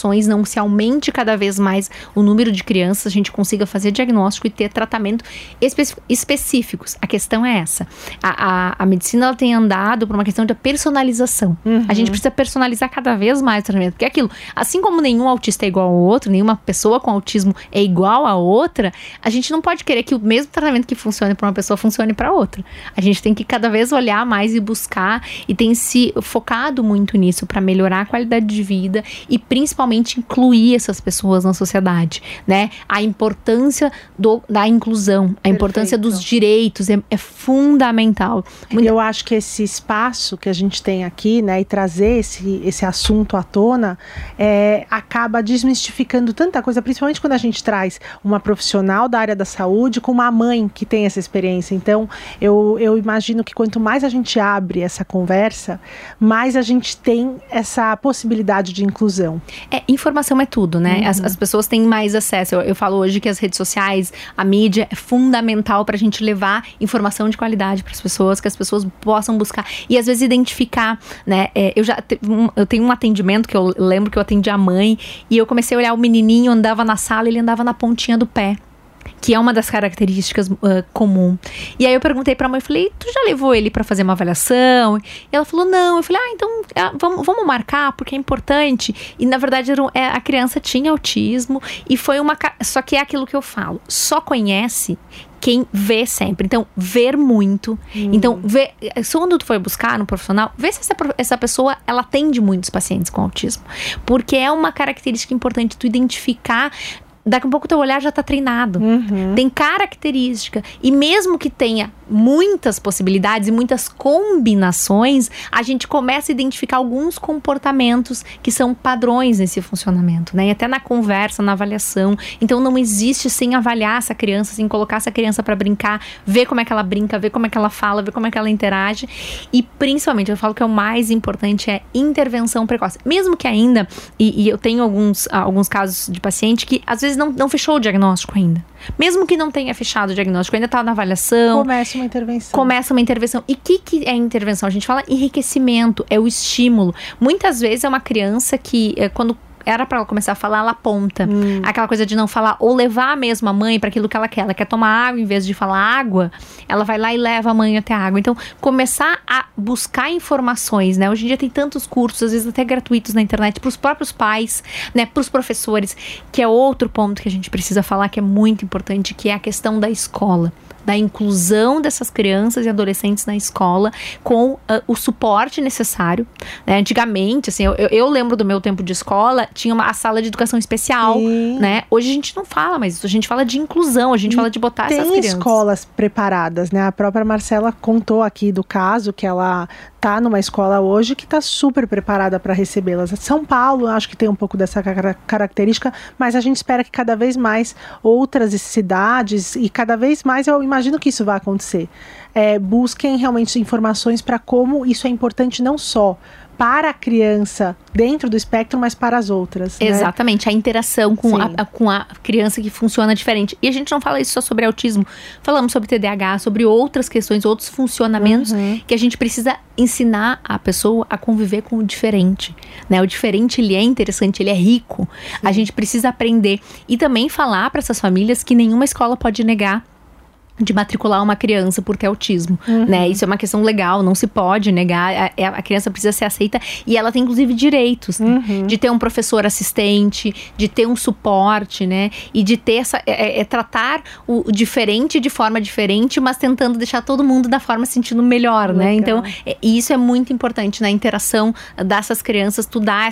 com que se aumente cada vez mais o número de crianças, a gente consiga fazer diagnóstico e ter tratamento específicos. A questão é essa. A medicina, ela tem andado por uma questão de personalização. A gente precisa personalizar cada vez mais o tratamento. Porque é aquilo, assim como nenhum autista é igual ao outro, nenhuma pessoa com autismo é igual a outra, a gente não pode querer que o mesmo tratamento que funcione para uma pessoa funcione para outra. A gente tem que cada vez olhar mais e buscar, e tem se focado muito nisso para melhorar a qualidade de vida e principalmente incluir essas pessoas na sociedade, né? A importância da inclusão, a importância dos direitos é fundamental. Eu acho que esse espaço que a gente tem aqui, né, e trazer esse assunto à tona, acaba desmistificando tanta coisa, principalmente quando a gente traz uma profissional da área da saúde com uma mãe que tem essa experiência. Então, eu imagino que quanto mais a gente abre essa conversa, mais a gente tem essa possibilidade de inclusão. Informação é tudo, né? As pessoas têm mais acesso. Eu falo hoje que as redes sociais, a mídia é fundamental para a gente levar informação de qualidade para as pessoas, que as pessoas possam buscar e às vezes identificar, né? Eu tenho um atendimento que eu lembro que eu atendi a mãe e eu comecei a olhar o menininho, andava na sala, ele andava na pontinha do pé, que é uma das características comum. E aí eu perguntei pra mãe, falei, tu já levou ele pra fazer uma avaliação? E ela falou, não. Eu falei, então vamos marcar, porque é importante. E na verdade a criança tinha autismo e foi só que é aquilo que eu falo, só conhece quem vê sempre. Então, ver muito. Então, quando tu foi buscar no profissional, vê se essa pessoa, ela atende muitos pacientes com autismo. Porque é uma característica importante tu identificar. Daqui a pouco o teu olhar já está treinado. Tem característica. E mesmo que tenha muitas possibilidades e muitas combinações, a gente começa a identificar alguns comportamentos que são padrões nesse funcionamento, né? E até na conversa, na avaliação. Então não existe sem avaliar essa criança, sem colocar essa criança para brincar, ver como é que ela brinca, ver como é que ela fala, ver como é que ela interage. E principalmente, eu falo que o mais importante é intervenção precoce. Mesmo que ainda, e eu tenho alguns casos de paciente que às vezes não fechou o diagnóstico ainda. Mesmo que não tenha fechado o diagnóstico, ainda está na avaliação. Começa uma intervenção. E o que é intervenção? A gente fala enriquecimento, é o estímulo. Muitas vezes é uma criança que, quando era para ela começar a falar, ela aponta. Aquela coisa de não falar, ou levar mesmo a mãe para aquilo que ela quer. Ela quer tomar água, em vez de falar água, ela vai lá e leva a mãe até a água. Então, começar a buscar informações, né? Hoje em dia tem tantos cursos, às vezes até gratuitos na internet, para os próprios pais, né? Para os professores, que é outro ponto que a gente precisa falar, que é muito importante, que é a questão da escola. Da inclusão dessas crianças e adolescentes na escola com o suporte necessário, né? Antigamente, assim, eu lembro do meu tempo de escola, tinha a sala de educação especial, né? Hoje a gente não fala mais isso, a gente fala de inclusão, a gente fala de botar essas crianças. Tem escolas preparadas, né? A própria Marcela contou aqui do caso que ela tá numa escola hoje que tá super preparada para recebê-las. São Paulo, acho que tem um pouco dessa característica, mas a gente espera que cada vez mais outras cidades e cada vez mais, eu imagino que isso vai acontecer, busquem realmente informações para como isso é importante não só para a criança dentro do espectro, mas para as outras. Exatamente, né? A interação com a criança que funciona diferente. E a gente não fala isso só sobre autismo, falamos sobre TDAH, sobre outras questões, outros funcionamentos que a gente precisa ensinar a pessoa a conviver com o diferente, né? O diferente, ele é interessante, ele é rico. A gente precisa aprender e também falar para essas famílias que nenhuma escola pode negar de matricular uma criança por ter autismo, né? Isso é uma questão legal, não se pode negar, a criança precisa ser aceita e ela tem inclusive direitos, de ter um professor assistente, de ter um suporte, né? E de ter tratar o diferente de forma diferente, mas tentando deixar todo mundo da forma se sentindo melhor, legal, né? Então, isso é muito importante na interação dessas crianças, tu dá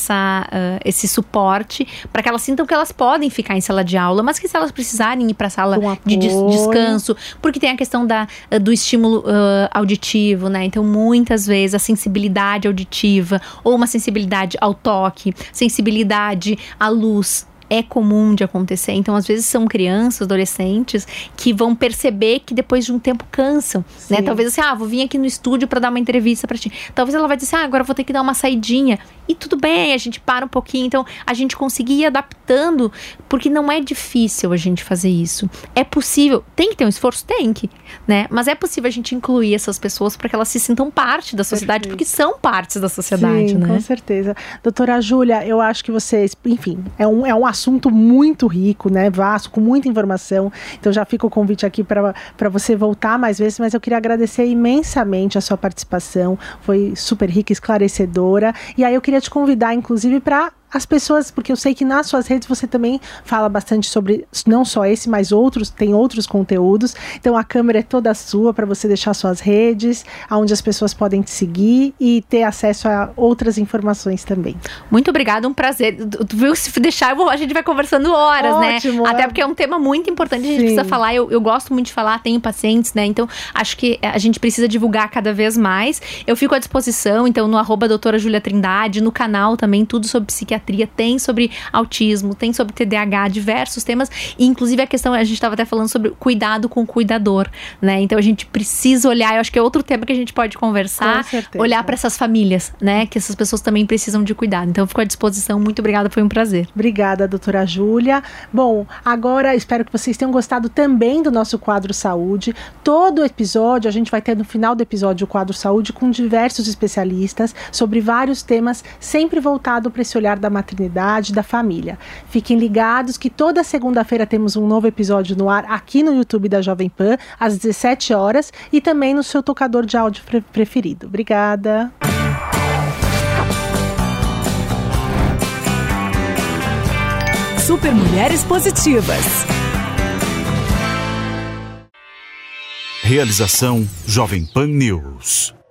esse suporte para que elas sintam que elas podem ficar em sala de aula, mas que se elas precisarem ir para a sala de descanso, porque tem a questão do estímulo auditivo, né? Então, muitas vezes, a sensibilidade auditiva ou uma sensibilidade ao toque, sensibilidade à luz, é comum de acontecer. Então, às vezes, são crianças, adolescentes, que vão perceber que depois de um tempo cansam, né? Talvez assim, vou vir aqui no estúdio para dar uma entrevista para ti. Talvez ela vai dizer assim, agora vou ter que dar uma saidinha. E tudo bem, a gente para um pouquinho. Então, a gente conseguir ir adaptando, porque não é difícil a gente fazer isso. É possível, tem que ter um esforço? Tem que, né? Mas é possível a gente incluir essas pessoas para que elas se sintam parte da sociedade, porque são partes da sociedade, né? Com certeza. Doutora Júlia, eu acho que vocês, enfim, é um assunto muito rico, né? Vasto, com muita informação. Então já fica o convite aqui para você voltar mais vezes, mas eu queria agradecer imensamente a sua participação. Foi super rica, esclarecedora. E aí eu queria te convidar, inclusive, para as pessoas, porque eu sei que nas suas redes você também fala bastante sobre, não só esse, mas tem outros conteúdos. Então a câmera é toda sua para você deixar suas redes, onde as pessoas podem te seguir e ter acesso a outras informações também. Muito obrigada, um prazer. Tu viu, se deixar, a gente vai conversando horas, Ótimo, né? Até porque é um tema muito importante, a gente precisa falar. Eu gosto muito de falar, tenho pacientes, né? Então, acho que a gente precisa divulgar cada vez mais. Eu fico à disposição, então, no @doutora Júlia Trindade, no canal também, tudo sobre psiquiatria. Tem sobre autismo, tem sobre TDAH, diversos temas, e inclusive a questão, a gente estava até falando sobre cuidado com o cuidador, né? Então a gente precisa olhar, eu acho que é outro tema que a gente pode conversar, olhar para essas famílias, né? Que essas pessoas também precisam de cuidado. Então eu fico à disposição, muito obrigada, foi um prazer. Obrigada, doutora Júlia. Bom, agora espero que vocês tenham gostado também do nosso quadro Saúde. Todo episódio, a gente vai ter no final do episódio o quadro Saúde com diversos especialistas sobre vários temas, sempre voltado para esse olhar da maternidade, da família. Fiquem ligados que toda segunda-feira temos um novo episódio no ar aqui no YouTube da Jovem Pan, às 17 horas, e também no seu tocador de áudio preferido. Obrigada. Super Mulheres Positivas. Realização Jovem Pan News.